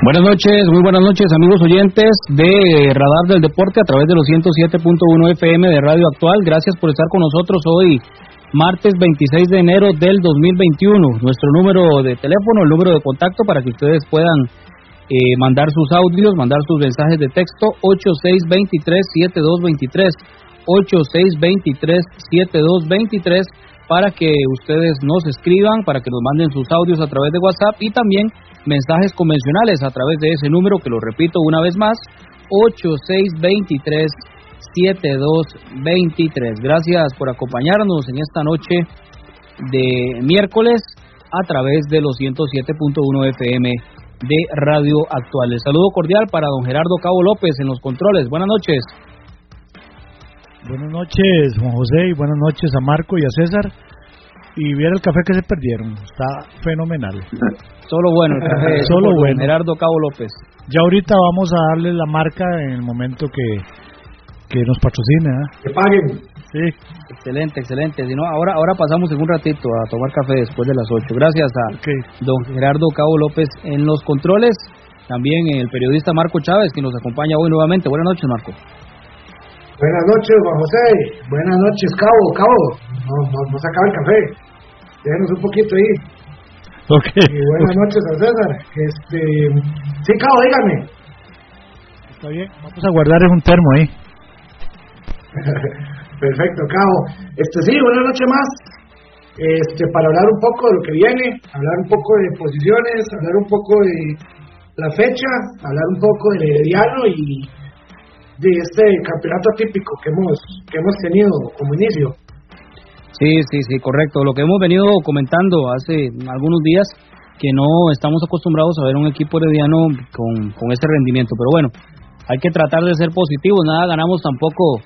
Buenas noches, muy buenas noches, amigos oyentes de Radar del Deporte a través de los 107.1 FM de Radio Actual. Gracias por estar con nosotros hoy, martes 26 de enero del 2021. Nuestro número de teléfono, el número de contacto para que ustedes puedan mandar sus audios, mandar sus mensajes de texto, 8623-7223, 8623-7223, para que ustedes nos escriban, para que nos manden sus audios a través de WhatsApp y también mensajes convencionales a través de ese número, que lo repito una vez más, 8623-7223. Gracias por acompañarnos en esta noche de miércoles a través de los 107.1 FM de Radio Actual. El saludo cordial para don Gerardo Cabo López en los controles. Buenas noches. Buenas noches, Juan José, y buenas noches a Marco y a César. Y viera el café que se perdieron, está fenomenal. Solo bueno el café, solo bueno. Gerardo Cabo López. Ya ahorita vamos a darle la marca en el momento que nos patrocine, ¿eh? Que paguen. Sí. Excelente. Si no, ahora pasamos en un ratito a tomar café después de las 8. Gracias a don Gerardo Cabo López en los controles. También el periodista Marco Chávez, que nos acompaña hoy nuevamente. Buenas noches, Marco. Buenas noches, Juan José. Buenas noches, Cabo. No se acaba el café. Déjenos un poquito ahí. Okay. Y buenas noches a César. Sí, Cabo, dígame. Está bien, vamos a guardar en un termo ahí. Perfecto, Cabo. Sí, buenas noches más. Para hablar un poco de lo que viene, hablar un poco de posiciones, hablar un poco de la fecha, hablar un poco de Herediano y de este campeonato atípico que hemos tenido como inicio. Sí, correcto. Lo que hemos venido comentando hace algunos días, que no estamos acostumbrados a ver un equipo herediano con este rendimiento. Pero bueno, hay que tratar de ser positivos, nada ganamos tampoco,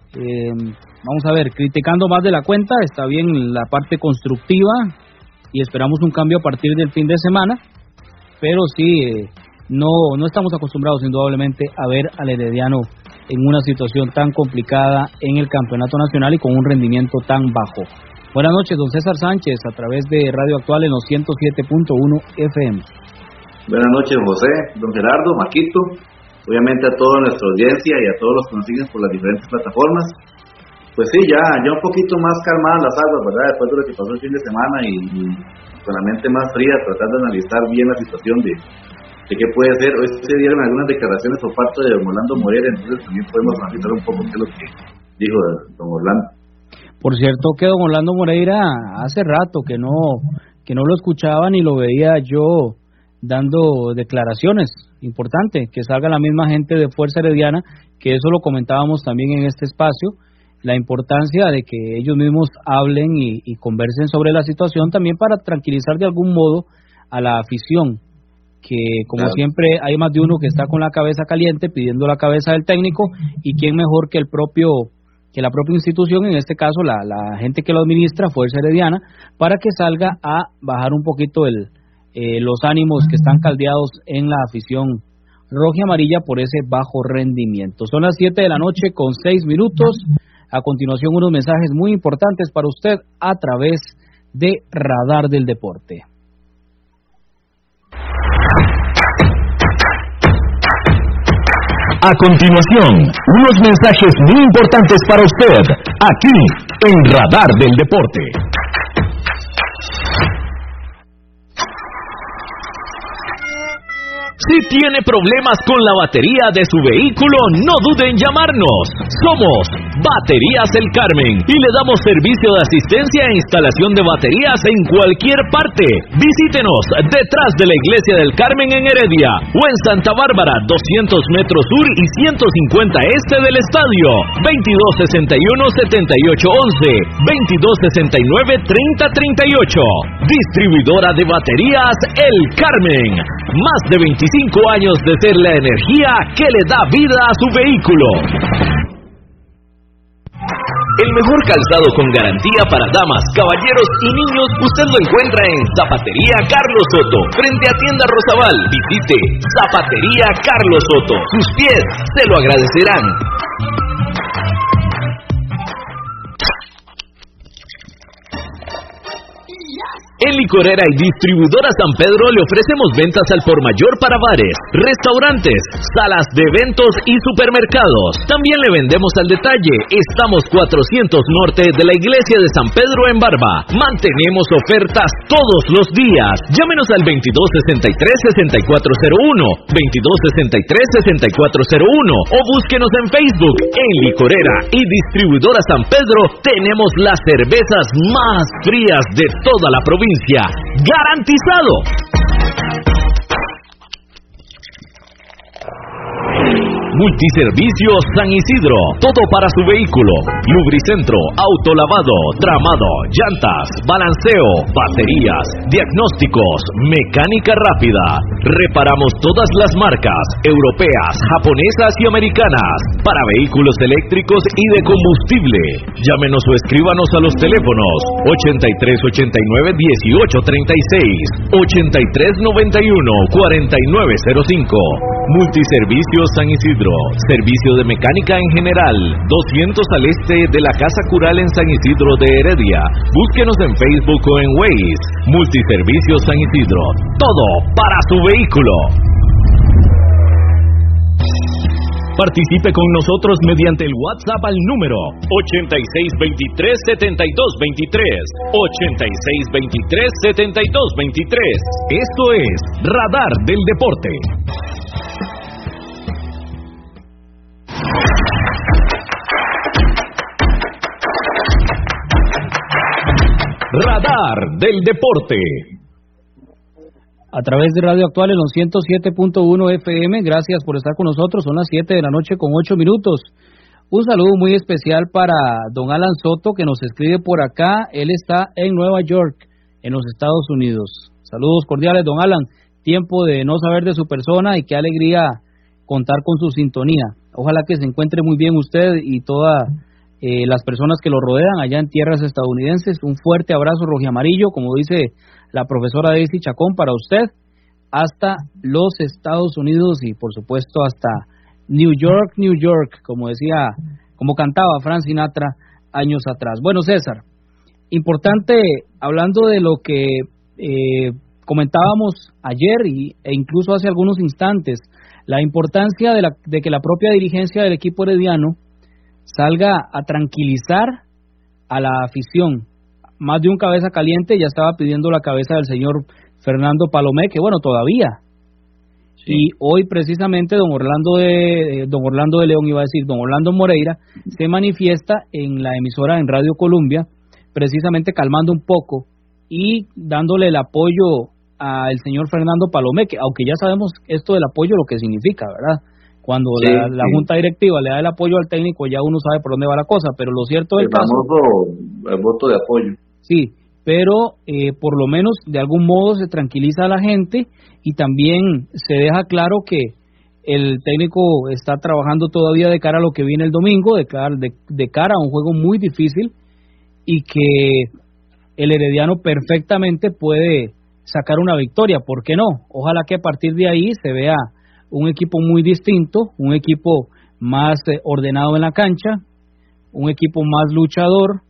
vamos a ver, criticando más de la cuenta. Está bien la parte constructiva y esperamos un cambio a partir del fin de semana, pero sí, no estamos acostumbrados indudablemente a ver al Herediano en una situación tan complicada en el campeonato nacional y con un rendimiento tan bajo. Buenas noches, don César Sánchez, a través de Radio Actual en los 107.1 FM. Buenas noches, José, don Gerardo, Marquito, obviamente a toda nuestra audiencia y a todos los que nos siguen por las diferentes plataformas. Pues sí, ya un poquito más calmadas las aguas, ¿verdad? Después de lo que pasó el fin de semana y con la mente más fría, tratar de analizar bien la situación de qué puede ser. Hoy se dieron algunas declaraciones por parte de don Orlando Moreira, entonces también podemos analizar un poco qué es lo que dijo don Orlando. Por cierto, que don Orlando Moreira hace rato que no lo escuchaba ni lo veía yo dando declaraciones. Importante que salga la misma gente de Fuerza Herediana, que eso lo comentábamos también en este espacio, la importancia de que ellos mismos hablen y conversen sobre la situación, también para tranquilizar de algún modo a la afición, que como siempre hay más de uno que está con la cabeza caliente pidiendo la cabeza del técnico, y quién mejor que la propia institución, en este caso la gente que lo administra, Fuerza Herediana, para que salga a bajar un poquito los ánimos que están caldeados en la afición roja y amarilla por ese bajo rendimiento. Son las 7 de la noche con 6 minutos. A continuación, unos mensajes muy importantes para usted a través de Radar del Deporte. A continuación, unos mensajes muy importantes para usted, aquí en Radar del Deporte. Si tiene problemas con la batería de su vehículo, no dude en llamarnos. Somos Baterías El Carmen y le damos servicio de asistencia e instalación de baterías en cualquier parte. Visítenos detrás de la Iglesia del Carmen en Heredia o en Santa Bárbara, 200 metros sur y 150 este del estadio. 2261-7811, 2269-3038. Distribuidora de baterías El Carmen. Más de 25 años de ser la energía que le da vida a su vehículo. El mejor calzado con garantía para damas, caballeros y niños usted lo encuentra en Zapatería Carlos Soto, frente a Tienda Rosabal. Visite Zapatería Carlos Soto. Sus pies se lo agradecerán. En Licorera y Distribuidora San Pedro le ofrecemos ventas al por mayor para bares, restaurantes, salas de eventos y supermercados. También le vendemos al detalle. Estamos 400 norte de la iglesia de San Pedro en Barba. Mantenemos ofertas todos los días. Llámenos al 2263-6401, 2263-6401 o búsquenos en Facebook. En Licorera y Distribuidora San Pedro tenemos las cervezas más frías de toda la provincia. ¡Garantizado! Multiservicios San Isidro, todo para su vehículo: lubricentro, autolavado, tramado, llantas, balanceo, baterías, diagnósticos, mecánica rápida. Reparamos todas las marcas europeas, japonesas y americanas para vehículos eléctricos y de combustible. Llámenos o escríbanos a los teléfonos 8389-1836, 8391-4905. Multiservicios San Isidro, servicio de mecánica en general, 200 al este de la Casa Cural en San Isidro de Heredia. Búsquenos en Facebook o en Waze. Multiservicios San Isidro, todo para su vehículo. Participe con nosotros mediante el WhatsApp al número 8623-7223, 8623-7223. Esto es Radar del Deporte. Radar del Deporte. A través de Radio Actual en los 107.1 FM, gracias por estar con nosotros. Son las 7 de la noche con 8 minutos. Un saludo muy especial para don Alan Soto, que nos escribe por acá. Él está en Nueva York, en los Estados Unidos. Saludos cordiales, don Alan. Tiempo de no saber de su persona y qué alegría contar con su sintonía. Ojalá que se encuentre muy bien usted y todas las personas que lo rodean allá en tierras estadounidenses. Un fuerte abrazo rojiamarillo, como dice la profesora Daisy Chacón, para usted, hasta los Estados Unidos y por supuesto hasta New York, como decía, como cantaba Frank Sinatra años atrás. Bueno, César, importante, hablando de lo que comentábamos ayer e incluso hace algunos instantes, la importancia de que la propia dirigencia del equipo herediano salga a tranquilizar a la afición. Más de un cabeza caliente ya estaba pidiendo la cabeza del señor Fernando Palomé, que bueno, todavía. Sí. Y hoy precisamente don Orlando de León, iba a decir, don Orlando Moreira, se manifiesta en la emisora en Radio Colombia, precisamente calmando un poco y dándole el apoyo al señor Fernando Palomé, que aunque ya sabemos esto del apoyo lo que significa, ¿verdad? Cuando sí, la junta directiva le da el apoyo al técnico, ya uno sabe por dónde va la cosa, pero lo cierto del caso... El voto de apoyo. Sí, pero por lo menos de algún modo se tranquiliza a la gente y también se deja claro que el técnico está trabajando todavía de cara a lo que viene el domingo, de cara a un juego muy difícil y que el Herediano perfectamente puede sacar una victoria, ¿por qué no? Ojalá que a partir de ahí se vea un equipo muy distinto, un equipo más ordenado en la cancha, un equipo más luchador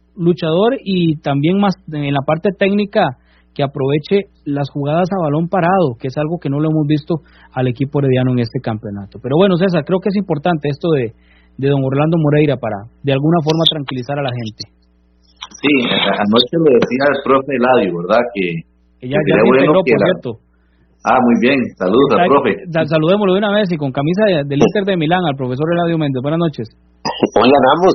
y también más en la parte técnica que aproveche las jugadas a balón parado, que es algo que no lo hemos visto al equipo herediano en este campeonato. Pero bueno, César, creo que es importante esto de don Orlando Moreira para de alguna forma tranquilizar a la gente. Sí, anoche le decía al profe Eladio, ¿verdad? Que ya se integró, por cierto. Muy bien, saludos al profe. Saludémoslo de una vez y con camisa del Inter de Milán al profesor Eladio Méndez. Buenas noches. Hoy ganamos.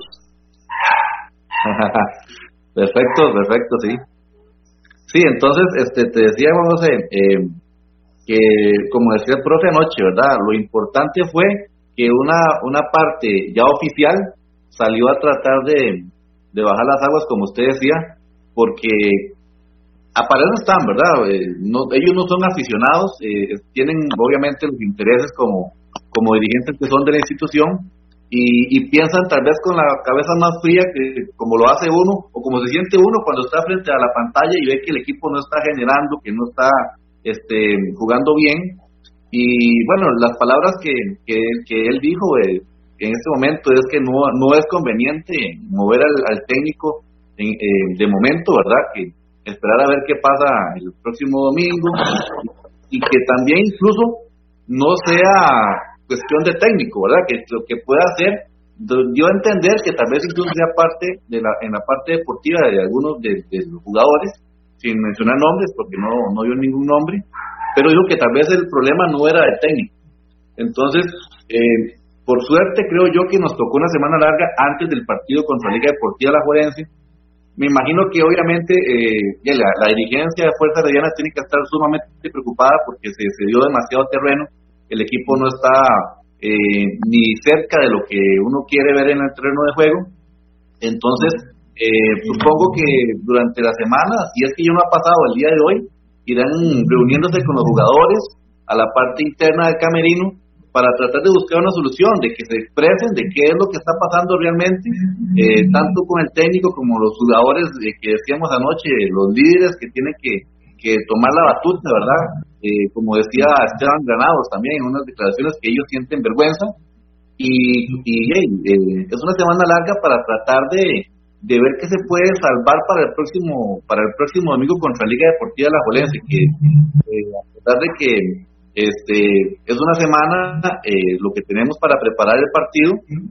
Perfecto, sí. Sí, entonces, te decía, José, que como decía el profe anoche, ¿verdad? Lo importante fue que una parte ya oficial salió a tratar de bajar las aguas, como usted decía, porque aparecen están, ¿verdad? Ellos no son aficionados, tienen obviamente los intereses como dirigentes que son de la institución y piensan tal vez con la cabeza más fría que como lo hace uno o como se siente uno cuando está frente a la pantalla y ve que el equipo no está generando, que no está jugando bien. Y bueno, las palabras que él dijo en este momento es que no es conveniente mover al técnico de momento, ¿verdad? Que esperar a ver qué pasa el próximo domingo, y que también incluso no sea cuestión de técnico, ¿verdad? Que lo que pueda hacer, dio a entender que tal vez incluso sea parte en la parte deportiva de algunos de los jugadores, sin mencionar nombres, porque no dio ningún nombre, pero dijo que tal vez el problema no era del técnico. Entonces, por suerte creo yo que nos tocó una semana larga antes del partido contra la Liga Deportiva Alajuelense. Me imagino que obviamente la dirigencia de Fuerzas Heredianas tiene que estar sumamente preocupada porque se dio demasiado terreno, el equipo no está ni cerca de lo que uno quiere ver en el terreno de juego. Entonces, supongo que durante la semana, si es que ya no ha pasado el día de hoy, irán reuniéndose con los jugadores a la parte interna del camerino para tratar de buscar una solución, de que se expresen de qué es lo que está pasando realmente, tanto con el técnico como los jugadores que decíamos anoche, los líderes que tienen que tomar la batuta, ¿verdad? Como decía Esteban Granados también en unas declaraciones, que ellos sienten vergüenza, y es una semana larga para tratar de ver qué se puede salvar para el próximo domingo contra Liga Deportiva Alajuelense, que a pesar de que es una semana lo que tenemos para preparar el partido,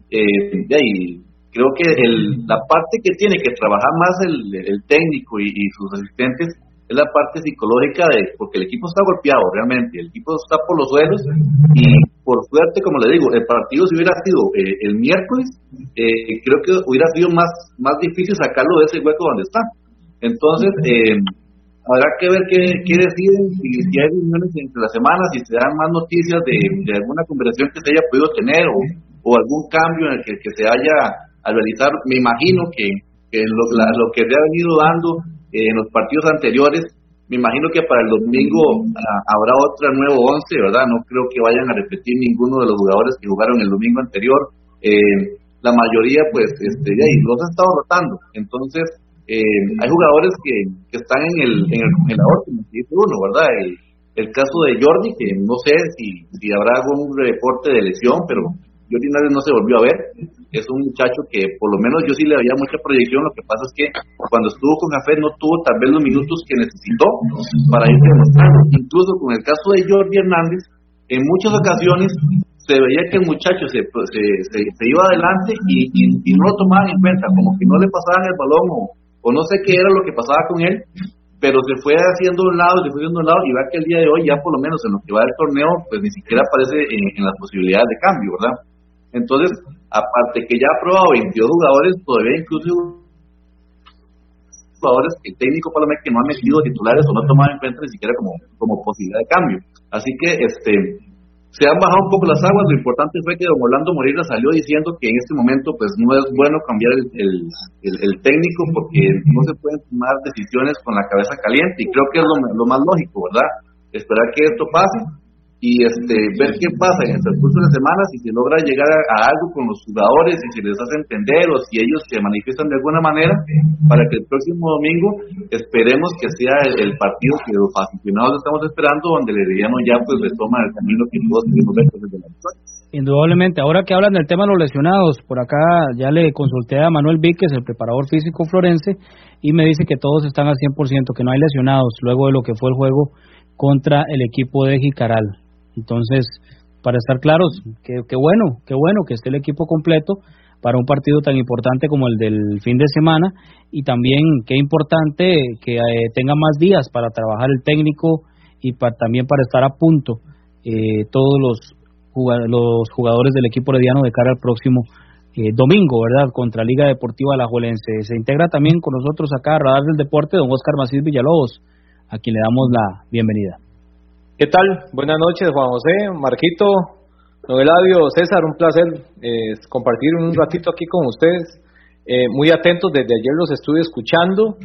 y creo que la parte que tiene que trabajar más el técnico y sus asistentes es la parte psicológica, porque el equipo está golpeado realmente, el equipo está por los suelos, y por suerte, como le digo, el partido, si hubiera sido el miércoles, creo que hubiera sido más difícil sacarlo de ese hueco donde está. Entonces, habrá que ver qué deciden, si hay reuniones entre las semanas, si se dan más noticias de alguna conversación que se haya podido tener, o algún cambio en el que se haya a realizar. Me imagino que lo que se ha venido dando en los partidos anteriores, me imagino que para el domingo habrá otra nuevo 11, ¿verdad? No creo que vayan a repetir ninguno de los jugadores que jugaron el domingo anterior. La mayoría, pues, los han estado rotando. Entonces, hay jugadores que están en el congelador, como dice uno, ¿verdad? El caso de Jordi, que no sé si habrá algún reporte de lesión, pero Jordi Hernández no se volvió a ver. Es un muchacho que por lo menos yo sí le había mucha proyección. Lo que pasa es que cuando estuvo con Café no tuvo tal vez los minutos que necesitó para irse demostrando. Incluso con el caso de Jordi Hernández, en muchas ocasiones se veía que el muchacho se iba adelante y no lo tomaban en cuenta, como que no le pasaban el balón o no sé qué era lo que pasaba con él, pero se fue haciendo un lado, y va que el día de hoy ya por lo menos en lo que va del torneo, pues ni siquiera aparece en las posibilidades de cambio, ¿verdad? Entonces, aparte que ya ha probado 22 jugadores, todavía incluso jugadores que el técnico Palomé que no han metido titulares o no han tomado en cuenta ni siquiera como posibilidad de cambio. Así que se han bajado un poco las aguas. Lo importante fue que don Orlando Moreira salió diciendo que en este momento pues no es bueno cambiar el técnico, porque no se pueden tomar decisiones con la cabeza caliente, y creo que es lo más lógico, ¿verdad? Esperar que esto pase y ver qué pasa en el transcurso de la semana, si se logra llegar a algo con los jugadores, si se les hace entender o si ellos se manifiestan de alguna manera, para que el próximo domingo esperemos que sea el partido que los aficionados estamos esperando, donde el Herediano ya pues retoma el camino que todos queremos ver desde la victoria. Indudablemente. Ahora que hablan del tema de los lesionados, por acá ya le consulté a Manuel Víquez, el preparador físico florense, y me dice que todos están al 100%, que no hay lesionados luego de lo que fue el juego contra el equipo de Jicaral. Entonces, para estar claros, qué bueno que esté el equipo completo para un partido tan importante como el del fin de semana, y también qué importante que tenga más días para trabajar el técnico y también para estar a punto todos los jugadores del equipo herediano de cara al próximo domingo, ¿verdad? Contra Liga Deportiva Alajuelense. Se integra también con nosotros acá a Radar del Deporte don Oscar Macías Villalobos, a quien le damos la bienvenida. ¿Qué tal? Buenas noches, Juan José, Marquito, don Eladio, César, un placer compartir un ratito aquí con ustedes. Muy atentos, desde ayer los estuve escuchando,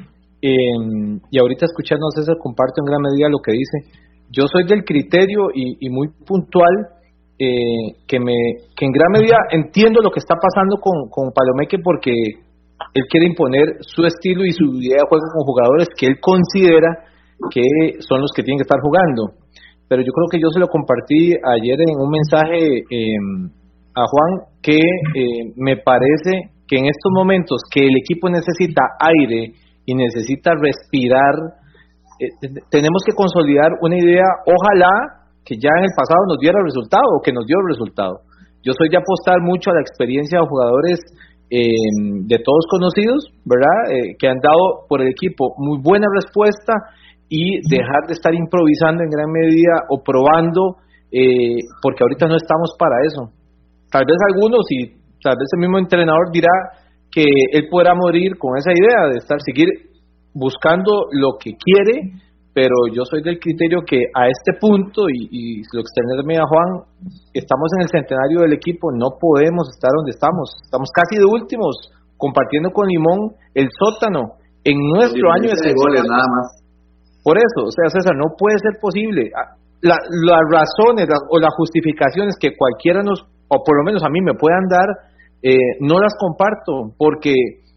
y ahorita escuchando a César comparto en gran medida lo que dice. Yo soy del criterio y muy puntual, que en gran medida entiendo lo que está pasando con Palomeque, porque él quiere imponer su estilo y su idea de juego con jugadores que él considera que son los que tienen que estar jugando. Pero yo creo que yo se lo compartí ayer en un mensaje a Juan, que me parece que en estos momentos que el equipo necesita aire y necesita respirar. Tenemos que consolidar una idea, ojalá que ya en el pasado nos diera resultado o que nos dio resultado. Yo soy de apostar mucho a la experiencia de jugadores de todos conocidos, ¿verdad? Que han dado por el equipo muy buena respuesta y dejar de estar improvisando en gran medida o probando, porque ahorita no estamos para eso. Tal vez algunos y tal vez el mismo entrenador dirá que él podrá morir con esa idea de seguir buscando lo que quiere, pero yo soy del criterio que a este punto, y lo externé a Juan, estamos en el centenario del equipo, no podemos estar donde estamos casi de últimos, compartiendo con Limón el sótano en nuestro año de goles nada más. Por eso, o sea, César, no puede ser posible. Las razones o las justificaciones que cualquiera o por lo menos a mí me puedan dar, no las comparto, porque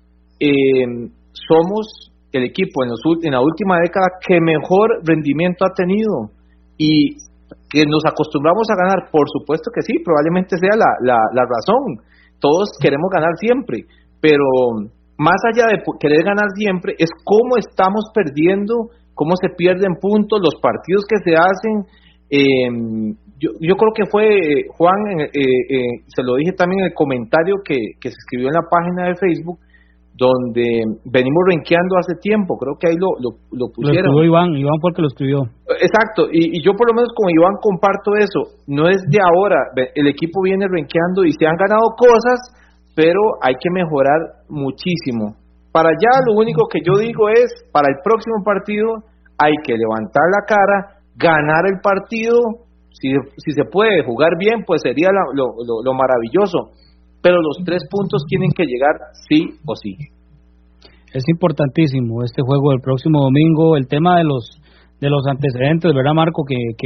somos el equipo en la última década que mejor rendimiento ha tenido, y que nos acostumbramos a ganar, por supuesto que sí, probablemente sea la razón. Todos queremos ganar siempre, pero más allá de querer ganar siempre, es cómo estamos perdiendo, cómo se pierden puntos, los partidos que se hacen. Yo creo que fue Juan, se lo dije también en el comentario que se escribió en la página de Facebook, donde venimos renqueando hace tiempo, creo que ahí lo pusieron. Lo escribió Iván fue el que lo escribió. Exacto, y yo por lo menos con Iván comparto eso, no es de ahora, el equipo viene renqueando y se han ganado cosas, pero hay que mejorar muchísimo. Para allá lo único que yo digo es, para el próximo partido hay que levantar la cara, ganar el partido, si se puede jugar bien, pues sería lo maravilloso, pero los 3 puntos tienen que llegar sí o sí. Es importantísimo este juego del próximo domingo. El tema de los antecedentes, ¿verdad, Marco? Que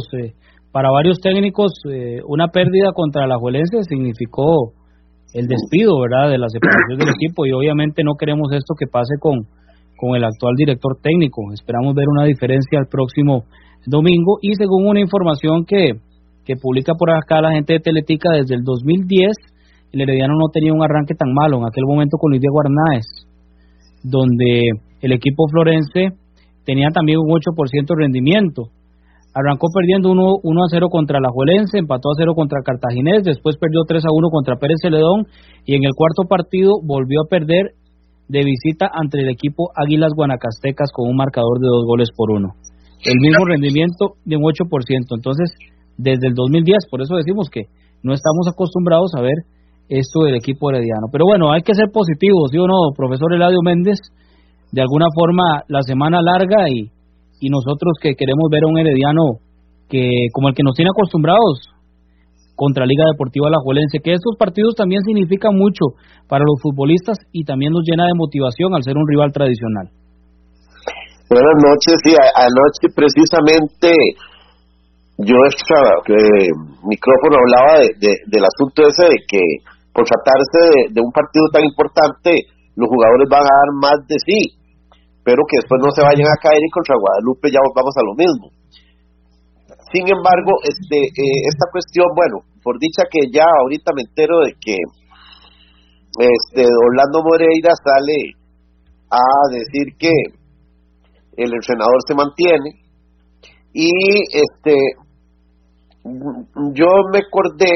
para varios técnicos una pérdida contra la Alajuelense significó el despido, ¿verdad?, de la separación del equipo, y obviamente no queremos esto que pase con el actual director técnico. Esperamos ver una diferencia el próximo domingo, y según una información que publica por acá la gente de Teletica, desde el 2010 el Herediano no tenía un arranque tan malo, en aquel momento con Luis Diego Arnáez, donde el equipo florense tenía también un 8% de rendimiento. Arrancó perdiendo 1-0 contra Alajuelense, empató a 0 contra Cartaginés, después perdió 3-1 contra Pérez Celedón, y en el cuarto partido volvió a perder de visita ante el equipo Águilas Guanacastecas con un marcador de 2-1. El mismo rendimiento de un 8%. Entonces, desde el 2010, por eso decimos que no estamos acostumbrados a ver esto del equipo herediano. Pero bueno, hay que ser positivos, ¿sí o no, profesor Eladio Méndez? De alguna forma la semana larga, y nosotros que queremos ver a un herediano que como el que nos tiene acostumbrados contra Liga Deportiva Alajuelense, que estos partidos también significan mucho para los futbolistas y también nos llena de motivación al ser un rival tradicional. Buenas noches, sí, anoche precisamente yo micrófono hablaba del asunto ese de que por tratarse de un partido tan importante, los jugadores van a dar más de sí, pero que después no se vayan a caer, y contra Guadalupe ya vamos a lo mismo. Sin embargo, esta cuestión, bueno, por dicha que ya ahorita me entero de que Orlando Moreira sale a decir que el entrenador se mantiene, y yo me acordé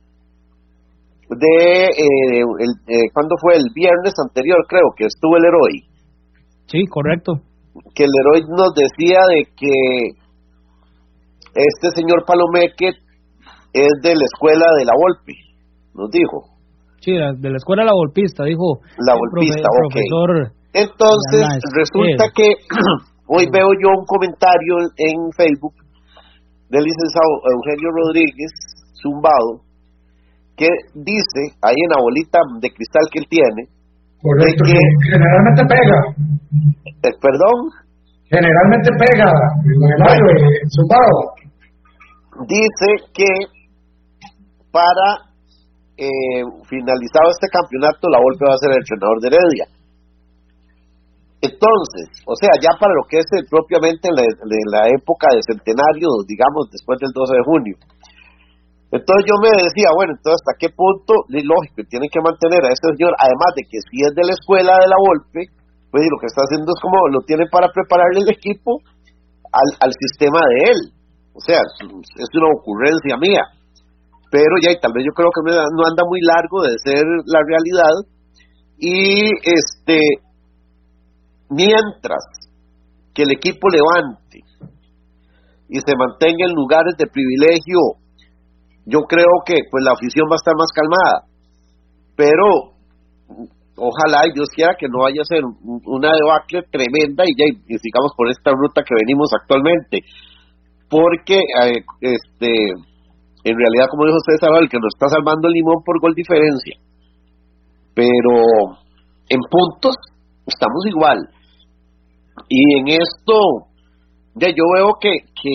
¿cuándo fue? El viernes anterior, creo que estuvo el Heroi. Sí, correcto. Que el Heroi nos decía de que este señor Palomeque es de la escuela de la Volpi, nos dijo. Sí, de la escuela La Volpista, dijo la Volpista, profesor. Entonces, resulta que hoy veo yo un comentario en Facebook del licenciado Eugenio Rodríguez Zumbado, que dice, ahí en la bolita de cristal que él tiene, correcto, que generalmente pega. ¿Perdón? Generalmente pega, Zumbado. Dice que para finalizado este campeonato, la Volpe va a ser el entrenador de Heredia. Entonces, o sea, ya para lo que es propiamente la época de centenario, digamos, después del 12 de junio. Entonces yo me decía, bueno, entonces hasta qué punto, es lógico, tienen que mantener a este señor, además de que si es de la escuela de la Volpe, pues lo que está haciendo es como lo tiene para prepararle el equipo al sistema de él. O sea, es una ocurrencia mía, pero ya, y tal vez yo creo que no anda muy largo de ser la realidad. Y mientras que el equipo levante y se mantenga en lugares de privilegio, yo creo que pues la afición va a estar más calmada, pero ojalá y Dios quiera que no vaya a ser una debacle tremenda y sigamos por esta ruta que venimos actualmente, porque en realidad, como dijo César, el que nos está salvando el limón por gol diferencia, pero en puntos estamos igual. Y en esto ya yo veo que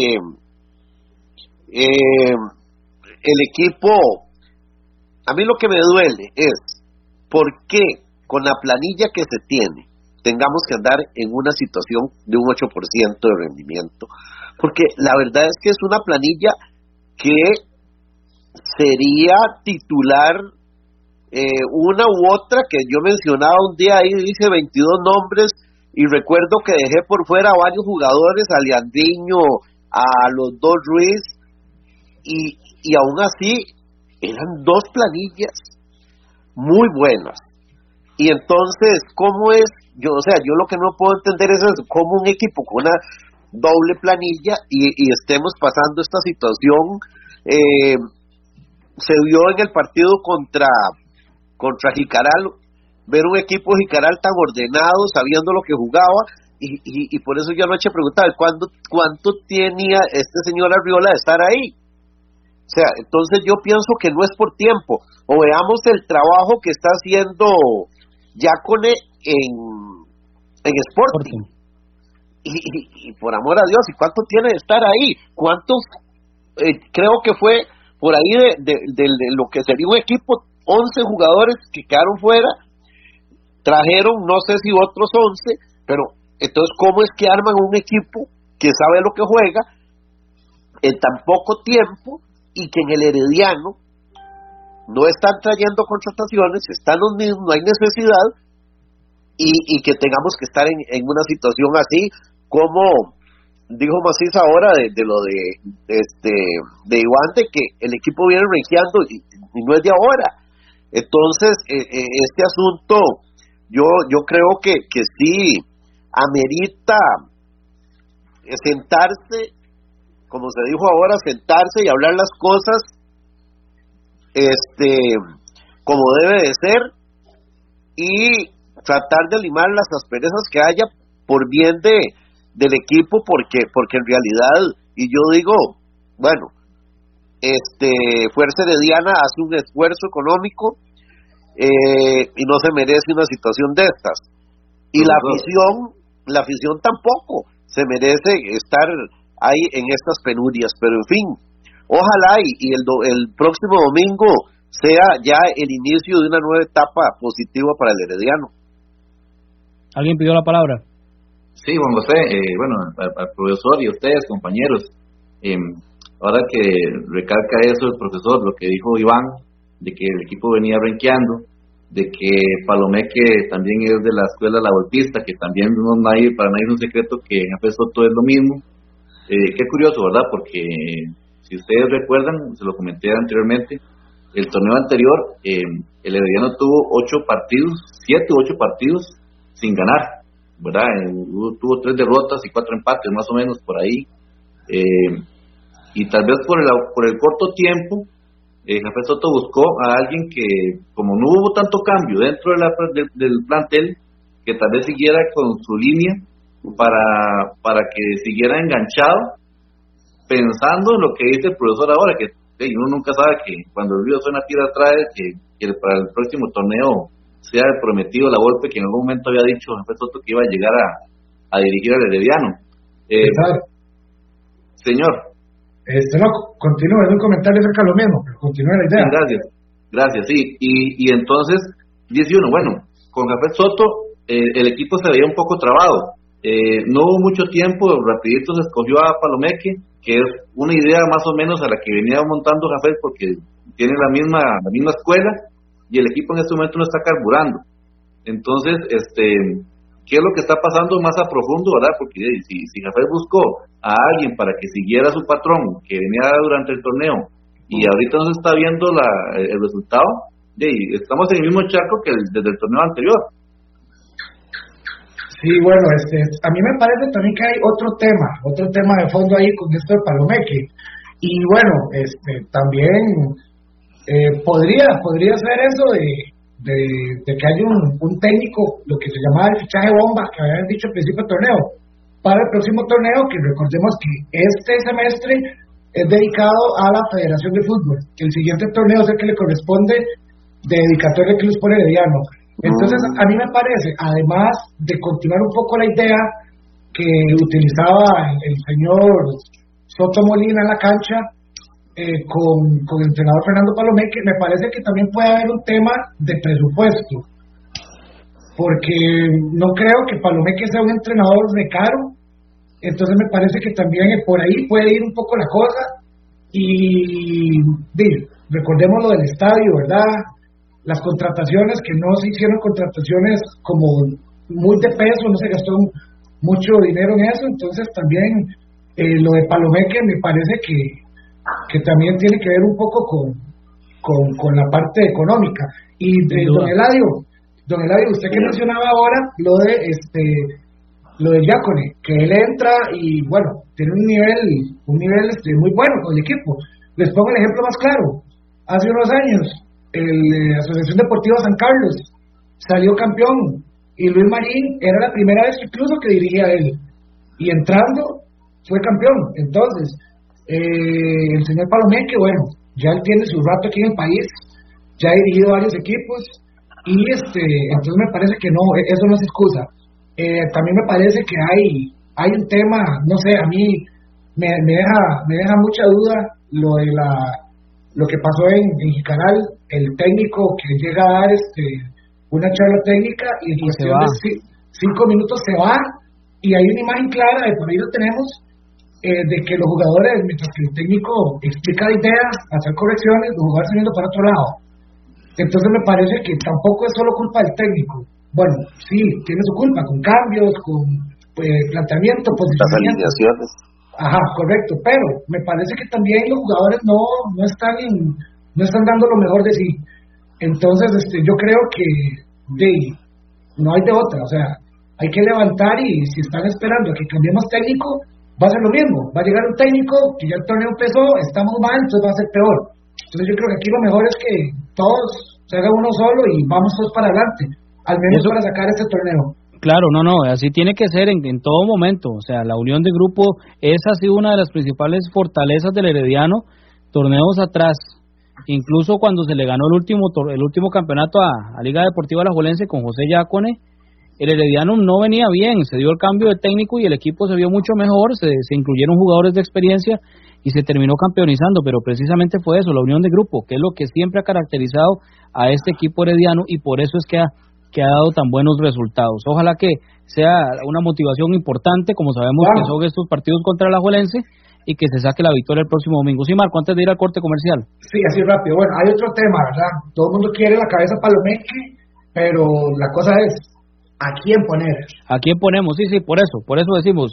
el equipo, a mí lo que me duele es por qué con la planilla que se tiene tengamos que andar en una situación de un 8% de rendimiento, porque la verdad es que es una planilla que sería titular una u otra, que yo mencionaba un día ahí, dice 22 nombres, y recuerdo que dejé por fuera a varios jugadores, a Leandriño, a los dos Ruiz, y aún así eran dos planillas muy buenas. Y entonces, ¿cómo es? Yo lo que no puedo entender es eso, cómo un equipo con una doble planilla y estemos pasando esta situación. Se vio en el partido contra Jicaral, ver un equipo de Jicaral tan ordenado, sabiendo lo que jugaba, y por eso yo anoche preguntaba, ¿cuánto tenía este señor Arriola de estar ahí? O sea, entonces yo pienso que no es por tiempo, o veamos el trabajo que está haciendo Yacone en Sporting, y por amor a Dios, ¿y cuánto tiene de estar ahí? ¿Cuántos? Creo que fue por ahí de lo que sería un equipo, 11 jugadores que quedaron fuera, trajeron no sé si otros 11, pero entonces ¿cómo es que arman un equipo que sabe lo que juega en tan poco tiempo, y que en el Herediano no están trayendo contrataciones, están los mismos, no hay necesidad, y que tengamos que estar en una situación así, como dijo Macís ahora de lo de Iván, de que el equipo viene renqueando y no es de ahora. Entonces este asunto yo creo que sí amerita sentarse, como se dijo ahora, sentarse y hablar las cosas como debe de ser, y tratar de limar las asperezas que haya por bien del equipo, porque en realidad, y yo digo, bueno, Fuerza Herediana hace un esfuerzo económico y no se merece una situación de estas, y la afición tampoco se merece estar ahí en estas penurias, pero en fin, ojalá y el próximo domingo sea ya el inicio de una nueva etapa positiva para el Herediano. ¿Alguien pidió la palabra? Sí, Juan José, bueno, al profesor y a ustedes, compañeros, ahora que recalca eso el profesor, lo que dijo Iván, de que el equipo venía renqueando, de que Palomeque también es de la escuela La Volpista, que también para nadie es un secreto que en Café Soto es lo mismo. Qué curioso, ¿verdad? Porque si ustedes recuerdan, se lo comenté anteriormente, el torneo anterior, el Herediano tuvo 7 u 8 partidos sin ganar, ¿verdad? Tuvo 3 derrotas y 4 empates, más o menos por ahí, y tal vez por el corto tiempo, Café Soto buscó a alguien que, como no hubo tanto cambio dentro del plantel, que tal vez siguiera con su línea para que siguiera enganchado, pensando en lo que dice el profesor ahora, que uno nunca sabe que cuando el río suena tierra trae, que para el próximo torneo sea el prometido La Volpe, que en algún momento había dicho Café Soto que iba a llegar a dirigir al Herediano. Señor. No, continúe, en un comentario acerca de lo mismo, pero continúe la idea. Gracias, sí, y entonces dice uno, bueno, con Café Soto el equipo se veía un poco trabado, no hubo mucho tiempo, rapidito se escogió a Palomeque, que es una idea más o menos a la que venía montando Café, porque tiene la misma escuela, y el equipo en este momento no está carburando. Entonces qué es lo que está pasando más a profundo, ¿verdad? Porque si Jafé buscó a alguien para que siguiera su patrón que venía durante el torneo y ahorita no se está viendo el resultado, estamos en el mismo charco que desde el torneo anterior. Sí, bueno, a mí me parece también que hay otro tema de fondo ahí con esto de Palomeque. Y bueno, también podría ser eso de que haya un técnico, lo que se llamaba el fichaje bomba, que habían dicho al principio del torneo, para el próximo torneo, que recordemos que este semestre es dedicado a la Federación de Fútbol, que el siguiente torneo es el que le corresponde de dedicatoria que les pone Herediano. Entonces, a mí me parece, además de continuar un poco la idea que utilizaba el señor Soto Molina en la cancha con el entrenador Fernando Palomeque, me parece que también puede haber un tema de presupuesto, porque no creo que Palomeque sea un entrenador de caro. Entonces me parece que también por ahí puede ir un poco la cosa. Y recordemos lo del estadio, ¿verdad? Las contrataciones, que no se hicieron contrataciones como muy de peso, no se gastó mucho dinero en eso. Entonces también lo de Palomeque me parece que también tiene que ver un poco con la parte económica. Y de Don Eladio, usted que mencionaba ahora lo de Giacone, que él entra y bueno, tiene un nivel muy bueno con el equipo. Les pongo el ejemplo más claro. Hace unos años la Asociación Deportiva San Carlos salió campeón y Luis Marín era la primera vez incluso que dirigía él, y entrando fue campeón. Entonces el señor Palomeque, bueno, ya él tiene su rato aquí en el país, ya ha dirigido varios equipos y entonces me parece que no, eso no es excusa. También me parece que hay un tema, no sé, a mí me deja mucha duda lo que pasó en Jicaral, el técnico que llega a dar una charla técnica y en cuestión de 5 minutos se va, y hay una imagen clara, por ahí lo tenemos, de que los jugadores, mientras que el técnico explica ideas, hacer correcciones, los jugadores se viendo para otro lado. Entonces me parece que tampoco es solo culpa del técnico. Bueno, sí, tiene su culpa, con cambios, con planteamiento, posicionamiento. Las alineaciones. Ajá, correcto, pero me parece que también los jugadores no están dando lo mejor de sí. Entonces, yo creo que no hay de otra, o sea, hay que levantar, y si están esperando a que cambiemos técnico, va a ser lo mismo. Va a llegar un técnico que ya el torneo empezó, estamos mal, entonces va a ser peor. Entonces yo creo que aquí lo mejor es que todos se haga uno solo y vamos todos para adelante, al menos para sacar este torneo. Claro, no, así tiene que ser en todo momento. O sea, la unión de grupo, esa ha sido una de las principales fortalezas del Herediano, torneos atrás. Incluso cuando se le ganó el último campeonato a Liga Deportiva Alajuelense con José Giacone, el Herediano no venía bien, se dio el cambio de técnico y el equipo se vio mucho mejor, se incluyeron jugadores de experiencia y se terminó campeonizando, pero precisamente fue eso, la unión de grupo, que es lo que siempre ha caracterizado a este equipo herediano, y por eso es que ha dado tan buenos resultados. Ojalá que sea una motivación importante, como sabemos que son estos partidos contra el Alajuelense, y que se saque la victoria el próximo domingo. Sí, Marco, antes de ir al corte comercial. Sí, así rápido. Bueno, hay otro tema, ¿verdad? Todo el mundo quiere la cabeza Palomeque, pero la cosa es, ¿a quién poner? ¿A quién ponemos? Sí, por eso decimos,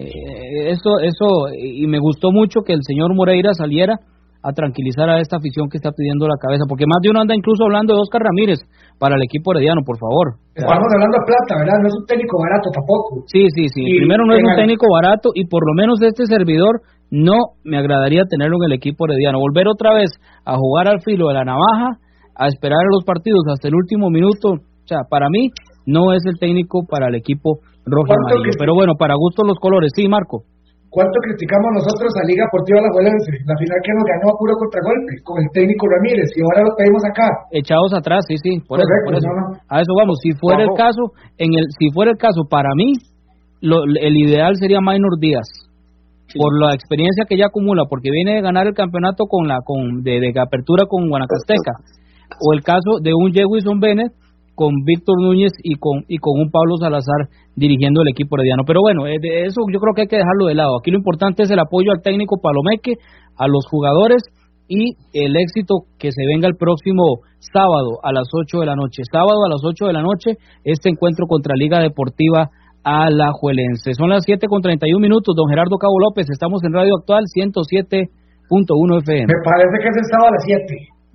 y me gustó mucho que el señor Moreira saliera a tranquilizar a esta afición que está pidiendo la cabeza, porque más de uno anda incluso hablando de Oscar Ramírez para el equipo herediano, por favor. Estamos hablando de plata, ¿verdad? No es un técnico barato tampoco. Sí. Primero, no es un técnico barato, y por lo menos este servidor no me agradaría tenerlo en el equipo herediano. Volver otra vez a jugar al filo de la navaja, a esperar a los partidos hasta el último minuto, o sea, para mí no es el técnico para el equipo rojo y amarillo. Pero bueno, para gustos los colores. Sí, Marco. ¿Cuánto criticamos nosotros a Liga Deportiva Alajuelense? La final que nos ganó a puro contragolpe con el técnico Ramírez, y ahora lo pedimos acá. Echados atrás, sí, por correcto, eso. No. A eso vamos. Si fuera el caso, para mí, el ideal sería Maynor Díaz, por la experiencia que ya acumula, porque viene de ganar el campeonato de apertura con Guanacasteca, o el caso de un Jewison Bennett con Víctor Núñez y con un Pablo Salazar dirigiendo el equipo herediano. Pero bueno, eso yo creo que hay que dejarlo de lado. Aquí lo importante es el apoyo al técnico Palomeque, a los jugadores, y el éxito que se venga el próximo sábado a las 8 de la noche. Sábado a las 8 de la noche, este encuentro contra Liga Deportiva Alajuelense. Son las 7:31, don Gerardo Cabo López, estamos en Radio Actual 107.1 FM. Me parece que es el sábado a las 7.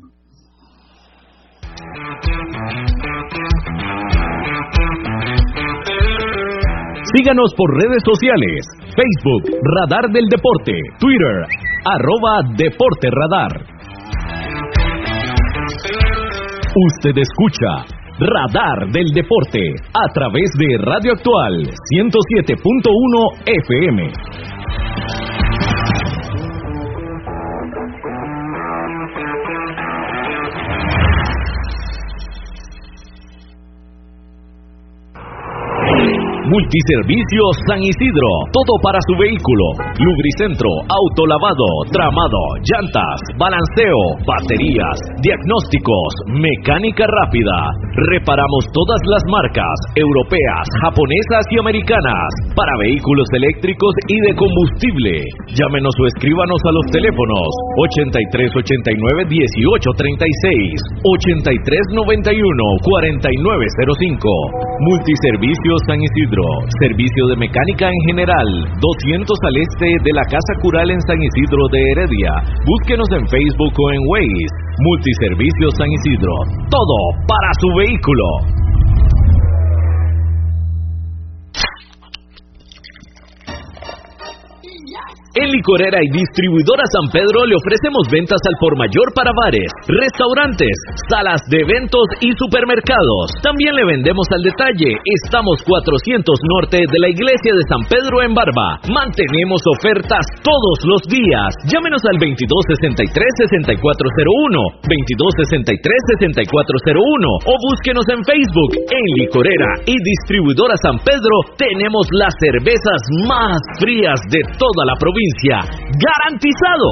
Síganos por redes sociales, Facebook, Radar del Deporte, Twitter, @DeporteRadar. Usted escucha Radar del Deporte a través de Radio Actual 107.1 FM. Multiservicios San Isidro, todo para su vehículo: lubricentro, autolavado, tramado, llantas, balanceo, baterías, diagnósticos, mecánica rápida. Reparamos todas las marcas europeas, japonesas y americanas para vehículos eléctricos y de combustible. Llámenos o escríbanos a los teléfonos 8389 1836, 8391 4905. Multiservicios San Isidro, servicio de mecánica en general, 200 al este de la Casa Cural en San Isidro de Heredia. Búsquenos en Facebook o en Waze. Multiservicios San Isidro, todo para su vehículo. En Licorera y Distribuidora San Pedro le ofrecemos ventas al por mayor para bares, restaurantes, salas de eventos y supermercados. También le vendemos al detalle. Estamos 400 norte de la Iglesia de San Pedro en Barba. Mantenemos ofertas todos los días. Llámenos al 2263-6401, 2263-6401 o búsquenos en Facebook. En Licorera y Distribuidora San Pedro tenemos las cervezas más frías de toda la provincia. ¡Garantizado!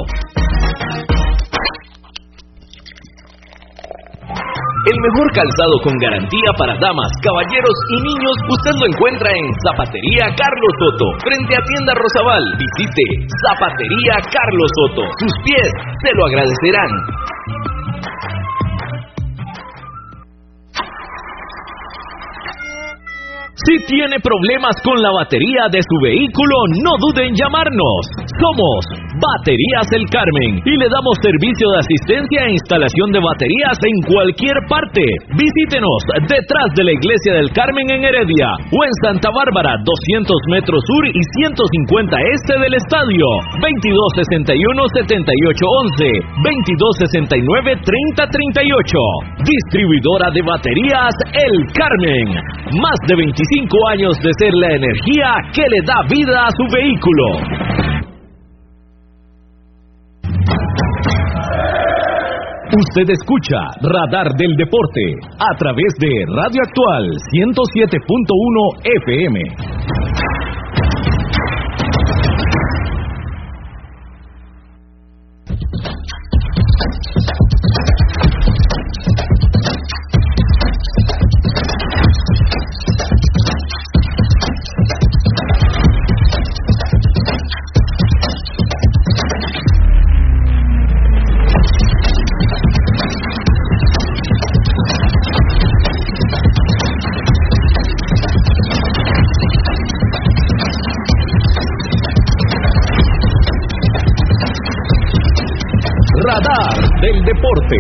El mejor calzado con garantía para damas, caballeros y niños usted lo encuentra en Zapatería Carlos Soto, frente a Tienda Rosabal. Visite Zapatería Carlos Soto. Sus pies se lo agradecerán. Si tiene problemas con la batería de su vehículo, no dude en llamarnos. Somos Baterías El Carmen y le damos servicio de asistencia e instalación de baterías en cualquier parte. Visítenos detrás de la Iglesia del Carmen en Heredia o en Santa Bárbara, 200 metros sur y 150 este del estadio. 2261-7811, 2269-3038. Distribuidora de baterías El Carmen. Más de 25 años de ser la energía que le da vida a su vehículo. Usted escucha Radar del Deporte a través de Radio Actual 107.1 FM. Radar del Deporte.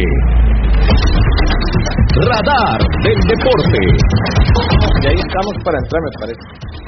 Radar del Deporte. Y ahí estamos para entrar, me parece.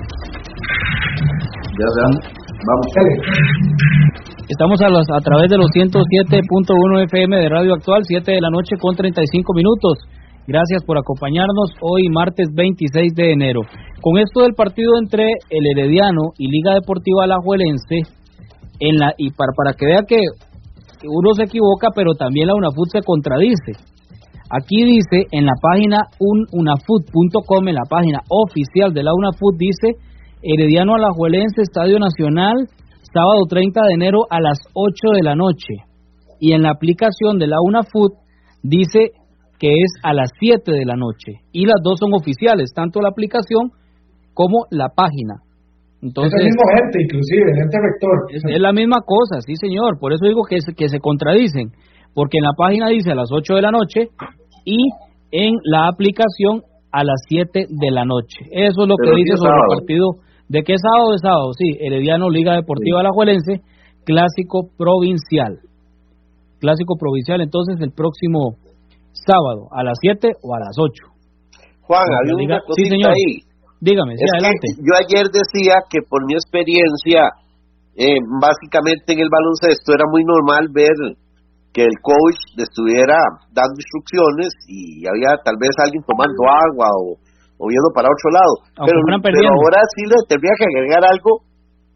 Ya vamos. Estamos a través de los 107.1 FM de Radio Actual, 7 de la noche con 35 minutos. Gracias por acompañarnos hoy, martes 26 de enero. Con esto del partido entre el Herediano y Liga Deportiva Alajuelense, y para que vea que uno se equivoca, pero también la UNAFUT se contradice. Aquí dice, en la página unafut.com, en la página oficial de la UNAFUT, dice Herediano Alajuelense, Estadio Nacional, sábado 30 de enero a las 8 de la noche. Y en la aplicación de la UNAFUT dice que es a las 7 de la noche. Y las dos son oficiales, tanto la aplicación como la página. Entonces, es el mismo ente, inclusive, el ente rector. Es la misma cosa, sí señor, por eso digo que se contradicen. porque en la página dice a las 8 de la noche y en la aplicación a las 7 de la noche. Eso es lo que dice sobre el partido. ¿De qué sábado? De sábado, sí. Herediano Liga Deportiva Alajuelense, clásico provincial. Clásico provincial, entonces, el próximo sábado, a las 7 o a las 8. Juan, había una cosita sí, señor. ahí. Dígame, sí, adelante. Yo ayer decía que por mi experiencia, básicamente en el baloncesto era muy normal ver que el coach le estuviera dando instrucciones y había tal vez alguien tomando agua o yendo para otro lado. Pero ahora sí le tendría que agregar algo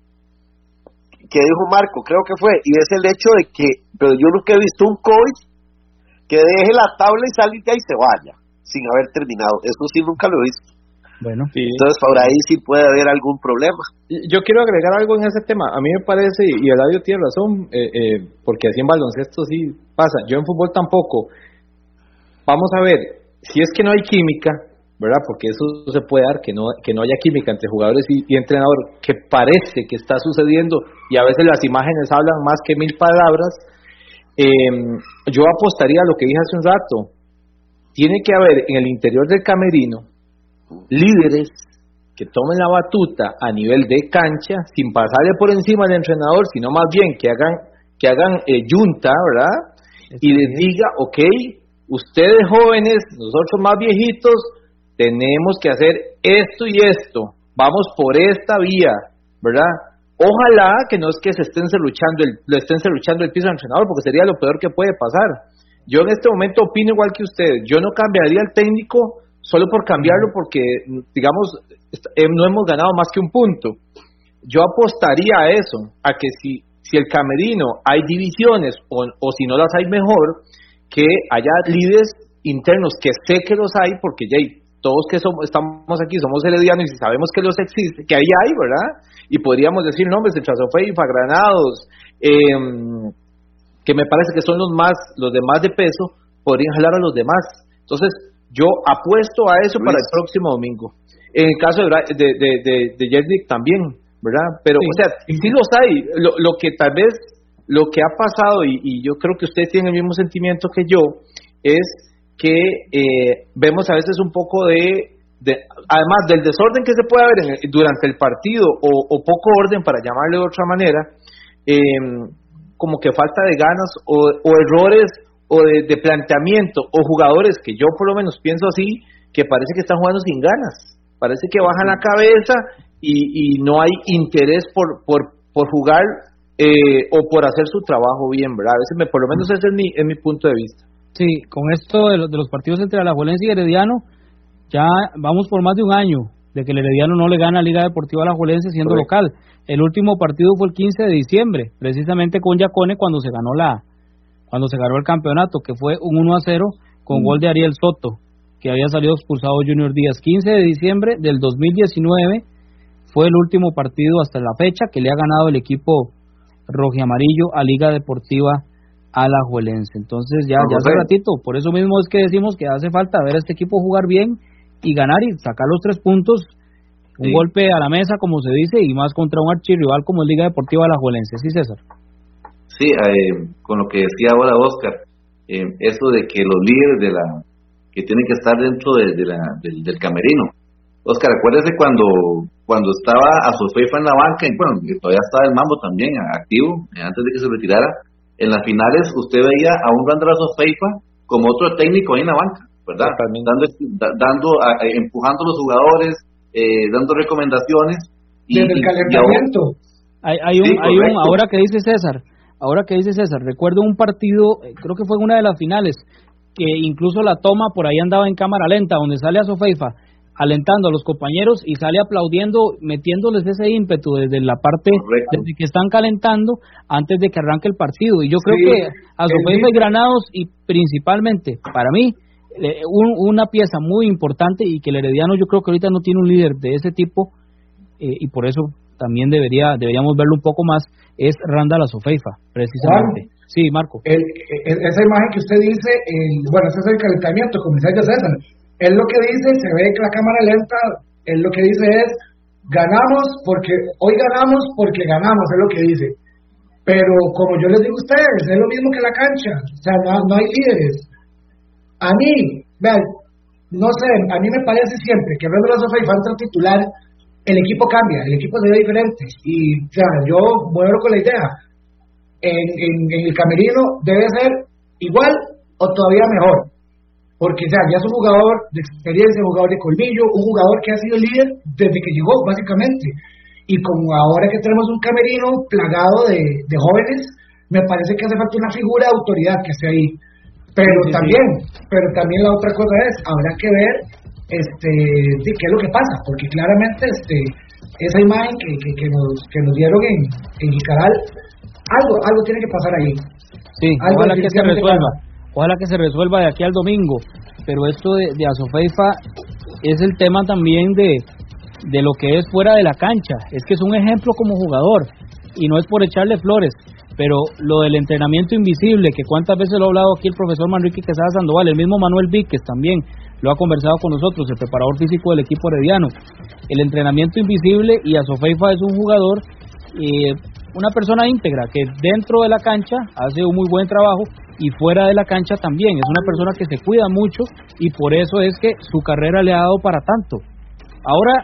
que dijo Marco, creo que fue, y es el hecho de que, pero yo nunca he visto un coach que deje la tabla y salga y se vaya sin haber terminado. Eso sí nunca lo he visto. Bueno, sí. Entonces por ahí sí puede haber algún problema. Yo quiero agregar algo en ese tema. A mí me parece, y Eladio tiene razón, porque así en baloncesto sí pasa, yo en fútbol tampoco. Vamos a ver, si es que no hay química, ¿verdad? Porque eso se puede dar, que no haya química entre jugadores y entrenador, que parece que está sucediendo, y a veces las imágenes hablan más que 1000 palabras. Yo apostaría a lo que dije hace un rato. Tiene que haber en el interior del camerino líderes que tomen la batuta a nivel de cancha, sin pasarle por encima al entrenador, sino más bien que hagan yunta, ¿verdad? Y les diga, ok, ustedes jóvenes, nosotros más viejitos, tenemos que hacer esto y esto, vamos por esta vía, ¿verdad? Ojalá que no es que le estén serruchando el piso al entrenador, porque sería lo peor que puede pasar. Yo en este momento opino igual que ustedes, yo no cambiaría al técnico solo por cambiarlo, porque, digamos, no hemos ganado más que un punto. Yo apostaría a eso, a que si el camerino hay divisiones, o si no las hay mejor, que haya líderes internos, que sé que los hay, porque ya todos que estamos aquí somos heredianos y sabemos que los existe, que ahí hay, ¿verdad? Y podríamos decir nombres de Chazofeifa, Granados, que me parece que son los de más de peso, podrían jalar a los demás. Entonces, yo apuesto a eso para el próximo domingo. En el caso de Yernik también, ¿verdad? Pero, sí. O sea, sí los hay. Lo que tal vez, lo que ha pasado, y yo creo que ustedes tienen el mismo sentimiento que yo, es que vemos a veces un poco además del desorden que se puede haber durante el partido, o poco orden, para llamarle de otra manera, como que falta de ganas, o errores, o de planteamiento, o jugadores que yo por lo menos pienso así, que parece que están jugando sin ganas, parece que bajan la cabeza y no hay interés por jugar o por hacer su trabajo bien, ¿verdad? A veces por lo menos ese es mi punto de vista. Sí, con esto de los partidos entre Alajuelense y Herediano, ya vamos por más de un año de que el Herediano no le gana a Liga Deportiva Alajuelense siendo local. El último partido fue el 15 de diciembre, precisamente con Yacone, cuando se ganó el campeonato, que fue un 1-0 con gol de Ariel Soto, que había salido expulsado Junior Díaz. 15 de diciembre del 2019 fue el último partido hasta la fecha que le ha ganado el equipo rojiamarillo a Liga Deportiva Alajuelense. Entonces ya hace ratito, por eso mismo es que decimos que hace falta ver a este equipo jugar bien y ganar y sacar los 3 puntos, un golpe a la mesa, como se dice, y más contra un archirrival como es Liga Deportiva Alajuelense. ¿Sí, César? Sí, con lo que decía ahora Oscar, eso de que los líderes que tienen que estar dentro del camerino. Oscar, acuérdese cuando estaba Azofeifa en la banca, y bueno, todavía estaba el Mambo también activo, antes de que se retirara. En las finales usted veía a un Randall Azofeifa como otro técnico ahí en la banca, ¿verdad? Empujando a los jugadores, dando recomendaciones. Desde el calentamiento. Ahora que dice César, recuerdo un partido, creo que fue en una de las finales, que incluso la toma por ahí andaba en cámara lenta, donde sale Azofeifa alentando a los compañeros y sale aplaudiendo, metiéndoles ese ímpetu desde la parte desde que están calentando antes de que arranque el partido. Y yo creo que Azofeifa y Granados, y principalmente para mí una pieza muy importante, y que el Herediano yo creo que ahorita no tiene un líder de ese tipo, y por eso también deberíamos verlo un poco más, es Randall Azofeifa, precisamente. Juan, sí, Marco. Esa imagen que usted dice, ese es el calentamiento, como dice César. Él lo que dice, se ve que la cámara lenta, él lo que dice es, hoy ganamos porque ganamos, es lo que dice. Pero como yo les digo a ustedes, es lo mismo que la cancha, o sea, no hay líderes. A mí, vean, no sé, a mí me parece siempre que Red Bull Sofá y falta titular, el equipo cambia, el equipo se ve diferente. Y, o sea, yo vuelvo con la idea, en el camerino debe ser igual o todavía mejor. Porque, o sea, ya es un jugador de experiencia, un jugador de colmillo, un jugador que ha sido líder desde que llegó, básicamente. Y como ahora que tenemos un camerino plagado de jóvenes, me parece que hace falta una figura de autoridad que esté ahí. Pero también la otra cosa es, habrá que ver qué es lo que pasa, porque claramente esa imagen que nos dieron en Jicaral, algo tiene que pasar ahí. Sí, ojalá que se resuelva. Ojalá que se resuelva de aquí al domingo, pero esto de Asofeifa es el tema también de lo que es fuera de la cancha. Es que es un ejemplo como jugador, y no es por echarle flores, pero lo del entrenamiento invisible, que cuántas veces lo ha hablado aquí el profesor Manrique Quesada Sandoval, el mismo Manuel Víquez también lo ha conversado con nosotros, el preparador físico del equipo herediano. El entrenamiento invisible, y Asofeifa es un jugador, una persona íntegra, que dentro de la cancha hace un muy buen trabajo, y fuera de la cancha también, es una persona que se cuida mucho, y por eso es que su carrera le ha dado para tanto. Ahora,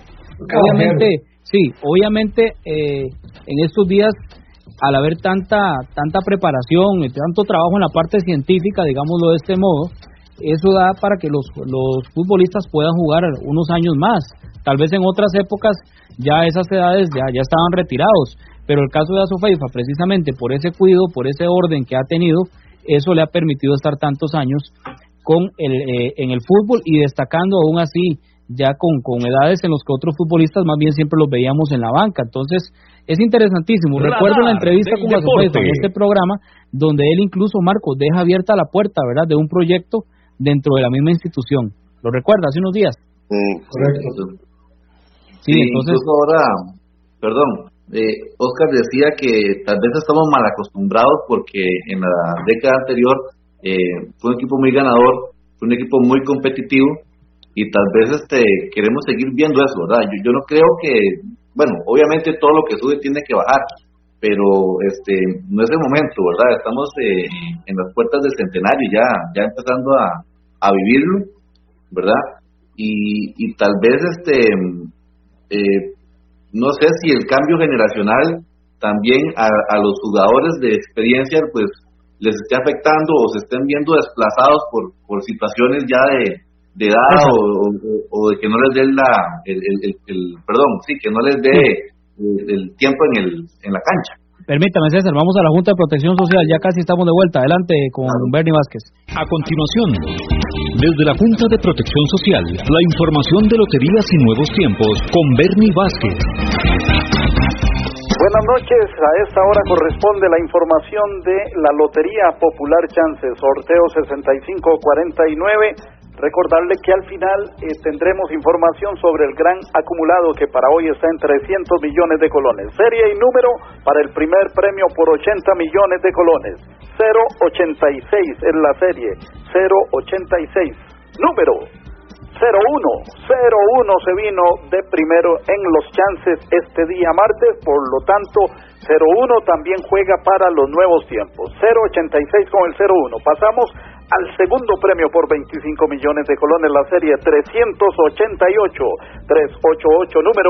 obviamente, en estos días, al haber tanta preparación y tanto trabajo en la parte científica, digámoslo de este modo, eso da para que los futbolistas puedan jugar unos años más. Tal vez en otras épocas ya esas edades ya estaban retirados, pero el caso de Asofeifa, precisamente por ese cuidado, por ese orden que ha tenido, eso le ha permitido estar tantos años en el fútbol, y destacando aún así ya con edades en los que otros futbolistas más bien siempre los veíamos en la banca. Entonces es interesantísimo. Recuerdo la entrevista con Asofeifa en este programa, donde él incluso, Marcos, deja abierta la puerta, ¿verdad?, de un proyecto dentro de la misma institución. ¿Lo recuerda? Hace unos días. Correcto. Sí, entonces incluso ahora, perdón, Oscar decía que tal vez estamos mal acostumbrados porque en la década anterior fue un equipo muy ganador, fue un equipo muy competitivo, y tal vez queremos seguir viendo eso, ¿verdad? Yo no creo que, bueno, obviamente todo lo que sube tiene que bajar, pero no es el momento, ¿verdad? Estamos en las puertas del centenario, ya empezando a vivirlo, ¿verdad? Y tal vez no sé si el cambio generacional también a los jugadores de experiencia pues les esté afectando, o se estén viendo desplazados por situaciones ya de edad, o de que no les dé que no les dé el tiempo en la cancha. Permítame, César, vamos a la Junta de Protección Social, ya casi estamos de vuelta. Adelante con Bernie Vázquez. A continuación, desde la Junta de Protección Social, la información de loterías y nuevos tiempos con Bernie Vázquez. Buenas noches, a esta hora corresponde la información de la Lotería Popular Chance, sorteo 6549. Recordarle que al final tendremos información sobre el gran acumulado, que para hoy está en 300 millones de colones. Serie y número para el primer premio por 80 millones de colones. 086 es la serie, 086. Número 01 se vino de primero en los chances este día martes, por lo tanto 01 también juega para los nuevos tiempos. 086 con el 01. Pasamos al segundo premio por 25 millones de colones, la serie 388, número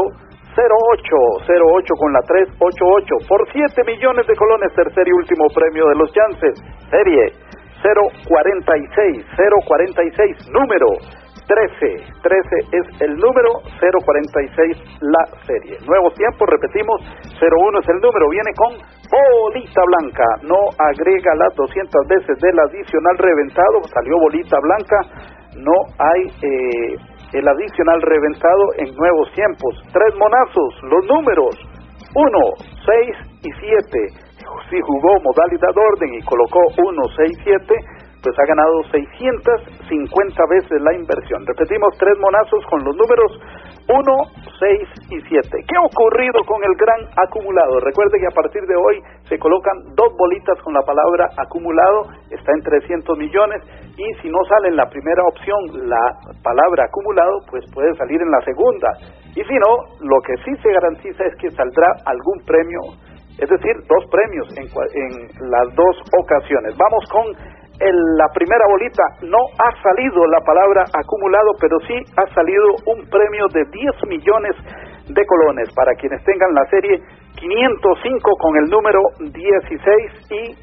08 con la 388, por 7 millones de colones, tercer y último premio de los chances, serie 046, número 13 es el número, 046 la serie. Nuevos tiempos, repetimos, 01 es el número, viene con bolita blanca, no agrega las 200 veces del adicional reventado, salió bolita blanca, no hay el adicional reventado en nuevos tiempos. 3 monazos, los números 1, 6 y 7. Si jugó modalidad orden y colocó 1, 6, 7, pues ha ganado 650 veces la inversión. Repetimos, 3 monazos con los números 1, 6 y 7. ¿Qué ha ocurrido con el gran acumulado? Recuerde que a partir de hoy se colocan 2 bolitas con la palabra acumulado, está en 300 millones, y si no sale en la primera opción la palabra acumulado, pues puede salir en la segunda. Y si no, lo que sí se garantiza es que saldrá algún premio es decir, 2 premios en las 2 ocasiones. Vamos con la primera bolita. No ha salido la palabra acumulado, pero sí ha salido un premio de 10 millones de colones para quienes tengan la serie 505 con el número 16 y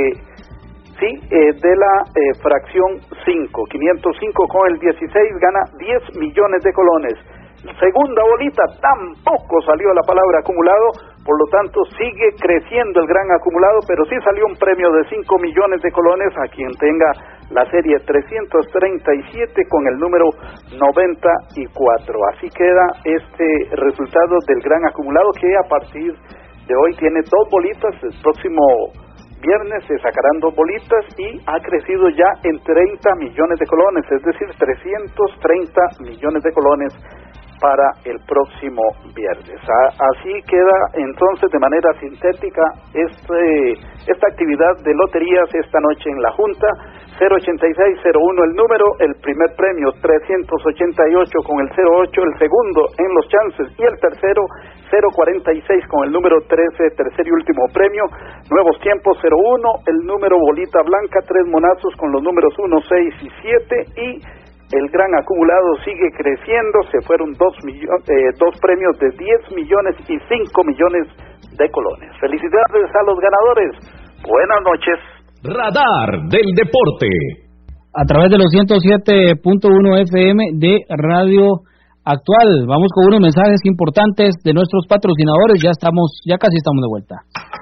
de la fracción 5. 505 con el 16 gana 10 millones de colones. Segunda bolita, tampoco salió la palabra acumulado, por lo tanto sigue creciendo el gran acumulado, pero sí salió un premio de 5 millones de colones a quien tenga la serie 337 con el número 94. Así queda este resultado del gran acumulado, que a partir de hoy tiene 2 bolitas. El próximo viernes se sacarán 2 bolitas y ha crecido ya en 30 millones de colones, es decir, 330 millones de colones para el próximo viernes. Así queda entonces de manera sintética esta actividad de loterías esta noche en la Junta. 08601 el número, el primer premio 388 con el 08, el segundo en los chances y el tercero 046 con el número 13, tercer y último premio. Nuevos tiempos 01, el número bolita blanca, 3 monazos con los números 1, 6 y 7 y el gran acumulado sigue creciendo. Se fueron 2 premios de 10 millones y 5 millones de colones. Felicidades a los ganadores. Buenas noches. Radar del Deporte. A través de los 107.1 FM de Radio Actual. Vamos con unos mensajes importantes de nuestros patrocinadores. Ya casi estamos de vuelta.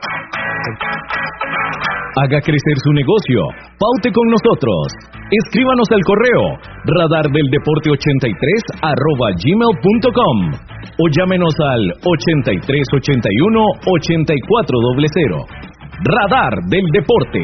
Haga crecer su negocio. Paute con nosotros. Escríbanos al correo radardeldeporte83@gmail.com o llámenos al 8381-8400. Radar del Deporte.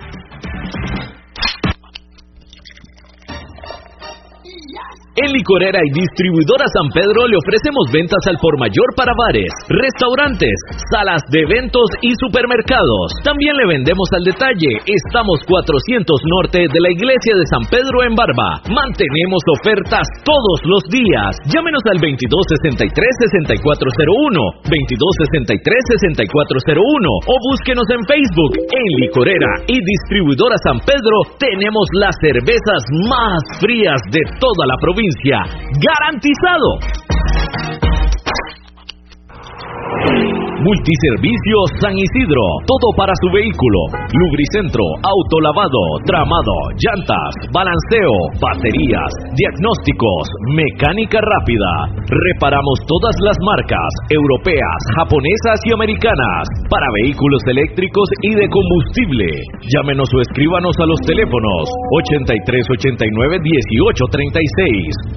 En Licorera y Distribuidora San Pedro le ofrecemos ventas al por mayor para bares, restaurantes, salas de eventos y supermercados. También le vendemos al detalle. Estamos 400 norte de la Iglesia de San Pedro en Barba. Mantenemos ofertas todos los días. Llámenos al 2263-6401, 2263-6401 o búsquenos en Facebook. En Licorera y Distribuidora San Pedro tenemos las cervezas más frías de toda la provincia. ¡Garantizado! Multiservicios San Isidro, todo para su vehículo: lubricentro, autolavado, tramado, llantas, balanceo, baterías, diagnósticos, mecánica rápida. Reparamos todas las marcas europeas, japonesas y americanas para vehículos eléctricos y de combustible. Llámenos o escríbanos a los teléfonos 8389-1836,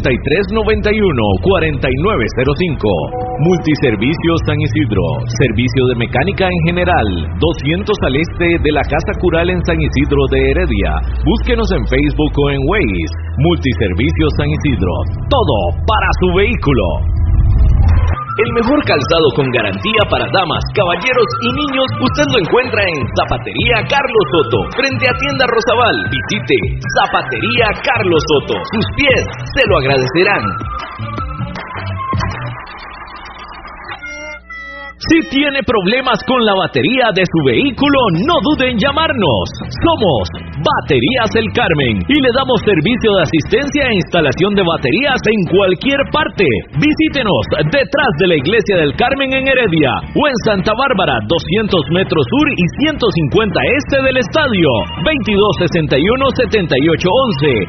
8391-4905. Multiservicios San Isidro, servicio de mecánica en general, 200 al este de la Casa Cural en San Isidro de Heredia. Búsquenos en Facebook o en Waze. Multiservicios San Isidro, todo para su vehículo. El mejor calzado con garantía para damas, caballeros y niños usted lo encuentra en Zapatería Carlos Soto, frente a Tienda Rosabal. Visite Zapatería Carlos Soto, sus pies se lo agradecerán. Si tiene problemas con la batería de su vehículo, no dude en llamarnos. Somos Baterías El Carmen y le damos servicio de asistencia e instalación de baterías en cualquier parte. Visítenos detrás de la Iglesia del Carmen en Heredia o en Santa Bárbara, 200 metros sur y 150 este del estadio. 2261-7811,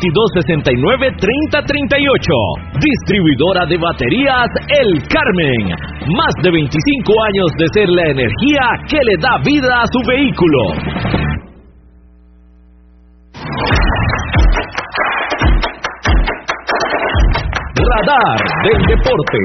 2269-3038. Distribuidora de baterías El Carmen. Más de 25 años de ser la energía que le da vida a su vehículo. Radar del Deporte.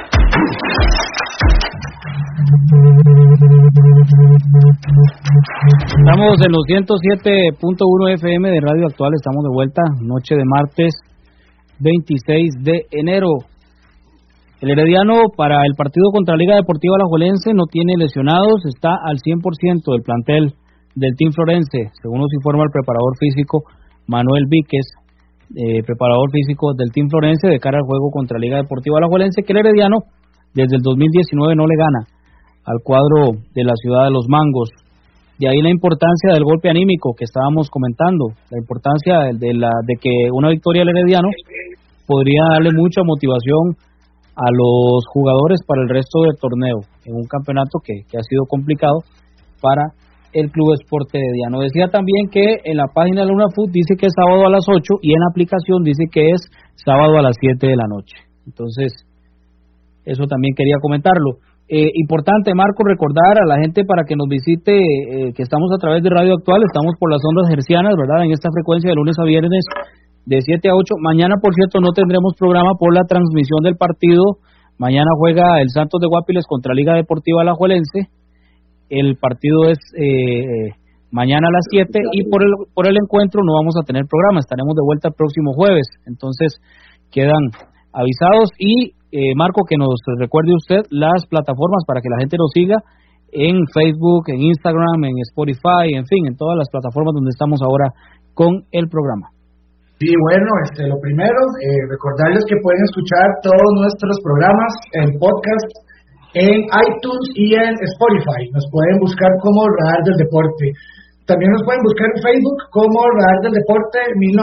Estamos en los 107.1 FM de Radio Actual. Estamos de vuelta, noche de martes 26 de enero. El Herediano para el partido contra Liga Deportiva Alajuelense no tiene lesionados, está al 100% del plantel del Team Florense, según nos informa el preparador físico Manuel Víquez, preparador físico del Team Florense, de cara al juego contra Liga Deportiva Alajuelense, que el Herediano desde el 2019 no le gana al cuadro de la ciudad de Los Mangos. De ahí la importancia del golpe anímico que estábamos comentando, la importancia de que una victoria al Herediano podría darle mucha motivación a los jugadores para el resto del torneo, en un campeonato que ha sido complicado para el Club Sport Herediano. Decía también que en la página de Luna Food dice que es sábado a las 8 y en la aplicación dice que es sábado a las 7 de la noche. Entonces, eso también quería comentarlo. Importante, Marco, recordar a la gente para que nos visite, que estamos a través de Radio Actual, estamos por las ondas hercianas, ¿verdad? En esta frecuencia de lunes a viernes de 7 a 8. Mañana, por cierto, no tendremos programa por la transmisión del partido. Mañana juega el Santos de Guapiles contra Liga Deportiva Alajuelense. El partido es mañana a las 7 y por el encuentro no vamos a tener programa. Estaremos de vuelta el próximo jueves. Entonces, quedan avisados y Marco, que nos recuerde usted las plataformas para que la gente nos siga en Facebook, en Instagram, en Spotify, en fin, en todas las plataformas donde estamos ahora con el programa. Sí, bueno, lo primero, recordarles que pueden escuchar todos nuestros programas en podcast en iTunes y en Spotify. Nos pueden buscar como Radar del Deporte. También nos pueden buscar en Facebook como Radar del Deporte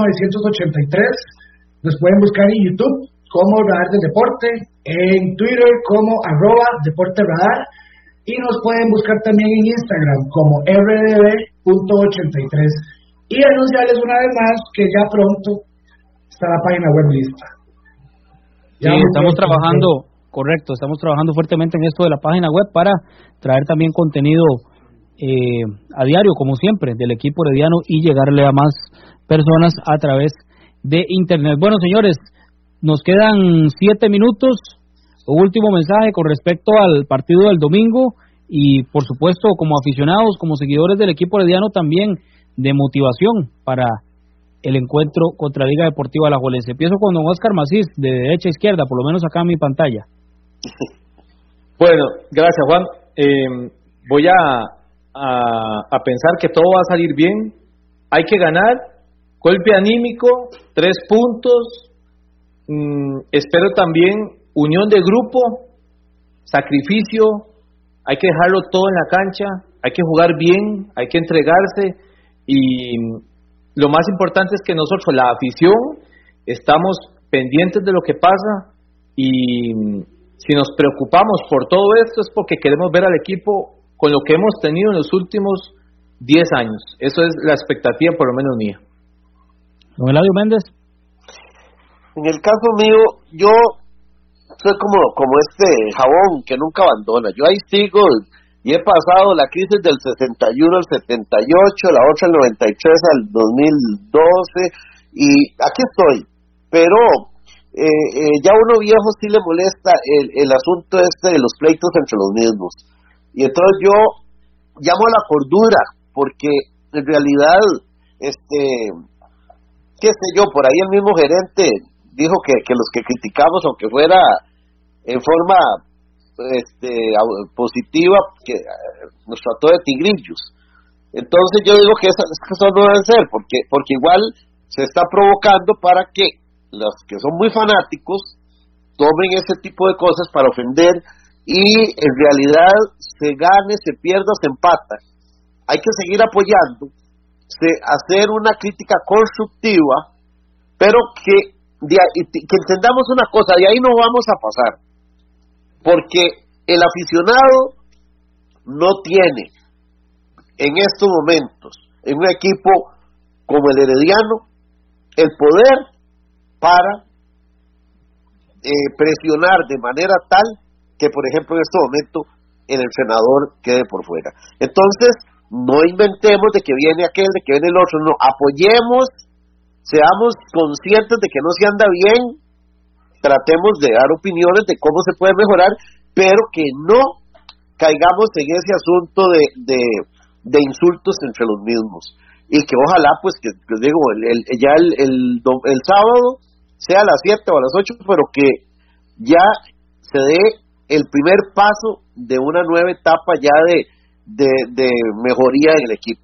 1983. Nos pueden buscar en YouTube como Radar del Deporte, en Twitter como @DeporteRadar, y nos pueden buscar también en Instagram como rdb.83. Y anunciarles una vez más que ya pronto está la página web lista. Sí, estamos trabajando, correcto, estamos trabajando fuertemente en esto de la página web para traer también contenido a diario, como siempre, del equipo herediano y llegarle a más personas a través de Internet. Bueno, señores, nos quedan 7 minutos. Último mensaje con respecto al partido del domingo y, por supuesto, como aficionados, como seguidores del equipo herediano, también de motivación para el encuentro contra Liga Deportiva Alajuelense. Empiezo con don Oscar Macís, de derecha a izquierda, por lo menos acá en mi pantalla. Bueno, gracias, Juan. Voy a pensar que todo va a salir bien. Hay que ganar. Golpe anímico, 3 puntos. Espero también unión de grupo, sacrificio. Hay que dejarlo todo en la cancha. Hay que jugar bien, hay que entregarse. Y lo más importante es que nosotros, la afición, estamos pendientes de lo que pasa, y si nos preocupamos por todo esto es porque queremos ver al equipo con lo que hemos tenido en los últimos 10 años. Eso es la expectativa, por lo menos mía. Don Eladio Méndez. En el caso mío, yo soy como este jabón que nunca abandona. Yo ahí sigo y he pasado la crisis del 61 al 78, la otra del 93 al 2012, y aquí estoy. Pero ya uno viejo sí le molesta el asunto de los pleitos entre los mismos. Y entonces yo llamo a la cordura, porque en realidad, qué sé yo, por ahí el mismo gerente dijo que los que criticamos, aunque fuera en forma positiva, que nos trató de tigrillos. Entonces yo digo que eso no debe ser, porque igual se está provocando para que los que son muy fanáticos tomen ese tipo de cosas para ofender, y en realidad se gane, se pierda, se empata. Hay que seguir apoyando, hacer una crítica constructiva, pero que entendamos una cosa, de ahí no vamos a pasar, porque el aficionado no tiene en estos momentos en un equipo como el Herediano el poder para presionar de manera tal que, por ejemplo, en este momento el entrenador quede por fuera. Entonces, no inventemos de que viene aquel, de que viene el otro, no, apoyemos, seamos conscientes de que no se anda bien, tratemos de dar opiniones de cómo se puede mejorar, pero que no caigamos en ese asunto de insultos entre los mismos, y que ojalá, pues, que digo, el sábado sea a las 7 o a las 8, pero que ya se dé el primer paso de una nueva etapa ya de mejoría en el equipo.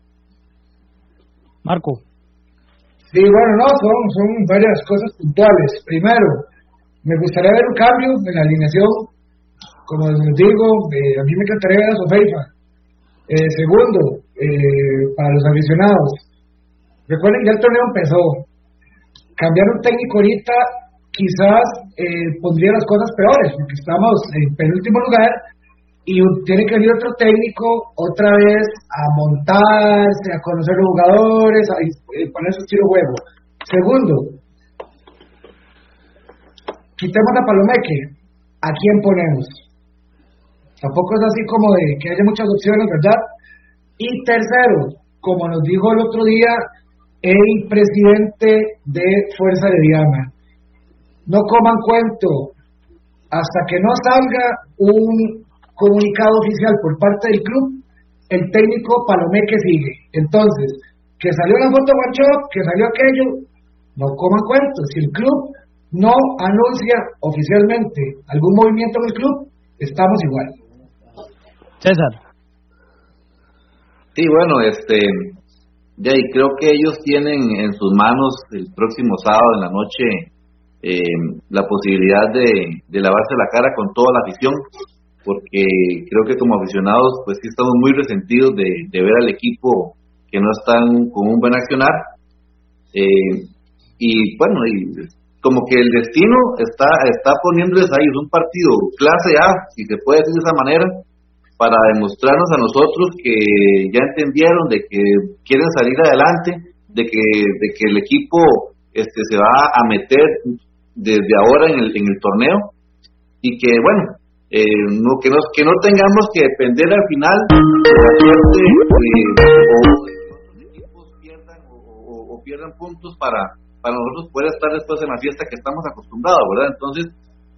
Marco. Sí, bueno, no, son varias cosas puntuales. Primero, me gustaría ver un cambio en la alineación. como les digo, a mí me encantaría ver a Sofeifa. Segundo, para los aficionados, recuerden que el torneo empezó. Cambiar un técnico ahorita quizás pondría las cosas peores, porque estamos en penúltimo lugar y tiene que venir otro técnico otra vez a montarse, a conocer los jugadores, a poner su estilo de juego. Segundo, quitemos a Palomeque, ¿a quién ponemos? Tampoco es así como de que haya muchas opciones, ¿verdad? Y tercero, como nos dijo el otro día el presidente de Fuerza Herediana, no coman cuento, hasta que no salga un comunicado oficial por parte del club, el técnico Palomeque sigue. Entonces, que salió la foto de Guanchoc, que salió aquello, no coman cuento. Si el club no anuncia oficialmente algún movimiento en el club, estamos igual. César. Sí, bueno, y creo que ellos tienen en sus manos el próximo sábado en la noche la posibilidad de lavarse la cara con toda la afición, porque creo que como aficionados pues sí estamos muy resentidos de ver al equipo que no están con un buen accionar, y bueno, y como que el destino está poniéndoles ahí, es un partido clase A, si se puede decir de esa manera, para demostrarnos a nosotros que ya entendieron de que quieren salir adelante, de que el equipo se va a meter desde ahora en el torneo, y que bueno, que no tengamos que depender al final de la suerte o los equipos pierdan o pierdan puntos para nosotros poder estar después en la fiesta que estamos acostumbrados, ¿verdad? Entonces,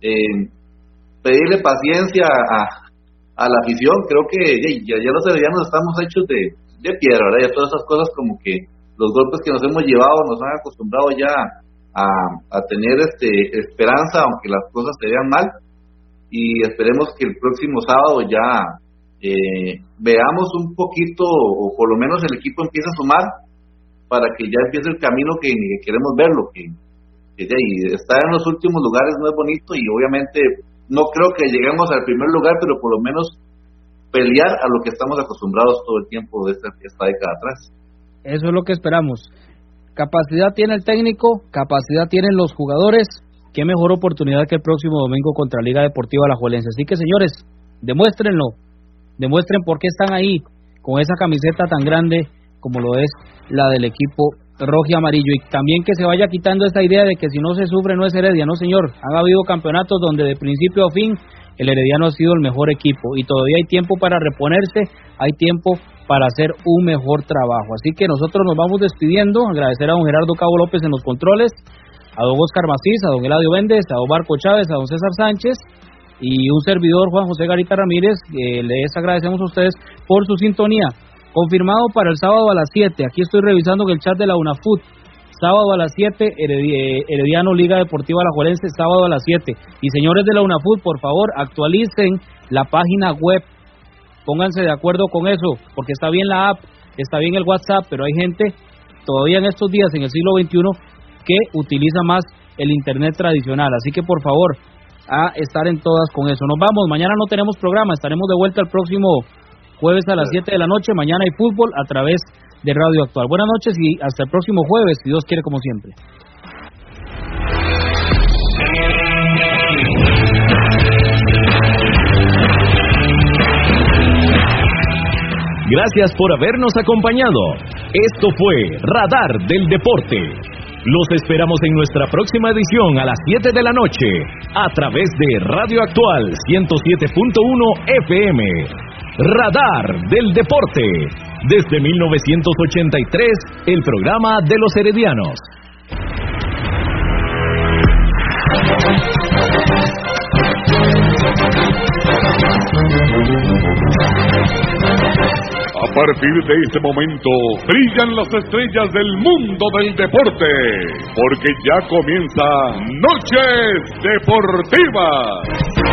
pedirle paciencia a la afición. Creo que ya los heredianos estamos hechos de piedra, ¿verdad? Ya todas esas cosas, como que los golpes que nos hemos llevado nos han acostumbrado ya a tener esperanza, aunque las cosas se vean mal, y esperemos que el próximo sábado ya veamos un poquito, o por lo menos el equipo empiece a sumar, para que ya empiece el camino que queremos verlo, que estar en los últimos lugares no es bonito, y obviamente no creo que lleguemos al primer lugar, pero por lo menos pelear a lo que estamos acostumbrados todo el tiempo de esta década atrás. Eso es lo que esperamos. Capacidad tiene el técnico, capacidad tienen los jugadores. Qué mejor oportunidad que el próximo domingo contra Liga Deportiva Alajuelense. Así que, señores, demuéstrenlo, demuestren por qué están ahí con esa camiseta tan grande como lo es la del equipo rojo y amarillo, y también que se vaya quitando esa idea de que si no se sufre no es Heredia. No, señor, han habido campeonatos donde de principio a fin el Herediano ha sido el mejor equipo, y todavía hay tiempo para reponerse, hay tiempo para hacer un mejor trabajo. Así que nosotros nos vamos despidiendo, agradecer a don Gerardo Cabo López en los controles, a don Oscar Macís, a don Eladio Méndez, a don Marco Chávez, a don César Sánchez y un servidor, Juan José Garita Ramírez. Les agradecemos a ustedes por su sintonía. Confirmado para el sábado a las 7. Aquí estoy revisando en el chat de la UNAFUT. Sábado a las 7, Herediano Liga Deportiva Alajuelense, sábado a las 7. Y señores de la UNAFUT, por favor, actualicen la página web. Pónganse de acuerdo con eso, porque está bien la app, está bien el WhatsApp, pero hay gente todavía en estos días, en el siglo XXI, que utiliza más el Internet tradicional. Así que, por favor, a estar en todas con eso. Nos vamos, mañana no tenemos programa, estaremos de vuelta el próximo jueves a las 7 de la noche. Mañana hay fútbol a través de Radio Actual. Buenas noches y hasta el próximo jueves, si Dios quiere, como siempre. Gracias por habernos acompañado. Esto fue Radar del Deporte. Los esperamos en nuestra próxima edición a las 7 de la noche a través de Radio Actual 107.1 FM. Radar del Deporte. Desde 1983, el programa de los heredianos. A partir de este momento, brillan las estrellas del mundo del deporte, porque ya comienza Noches Deportivas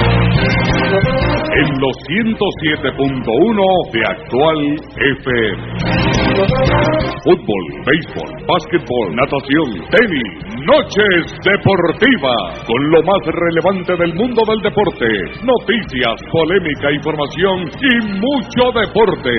en los 107.1 de Actual FM. fútbol, béisbol, básquetbol, natación, tenis, Noches Deportivas, con lo más relevante del mundo del deporte, noticias, polémica, información y mucho deporte.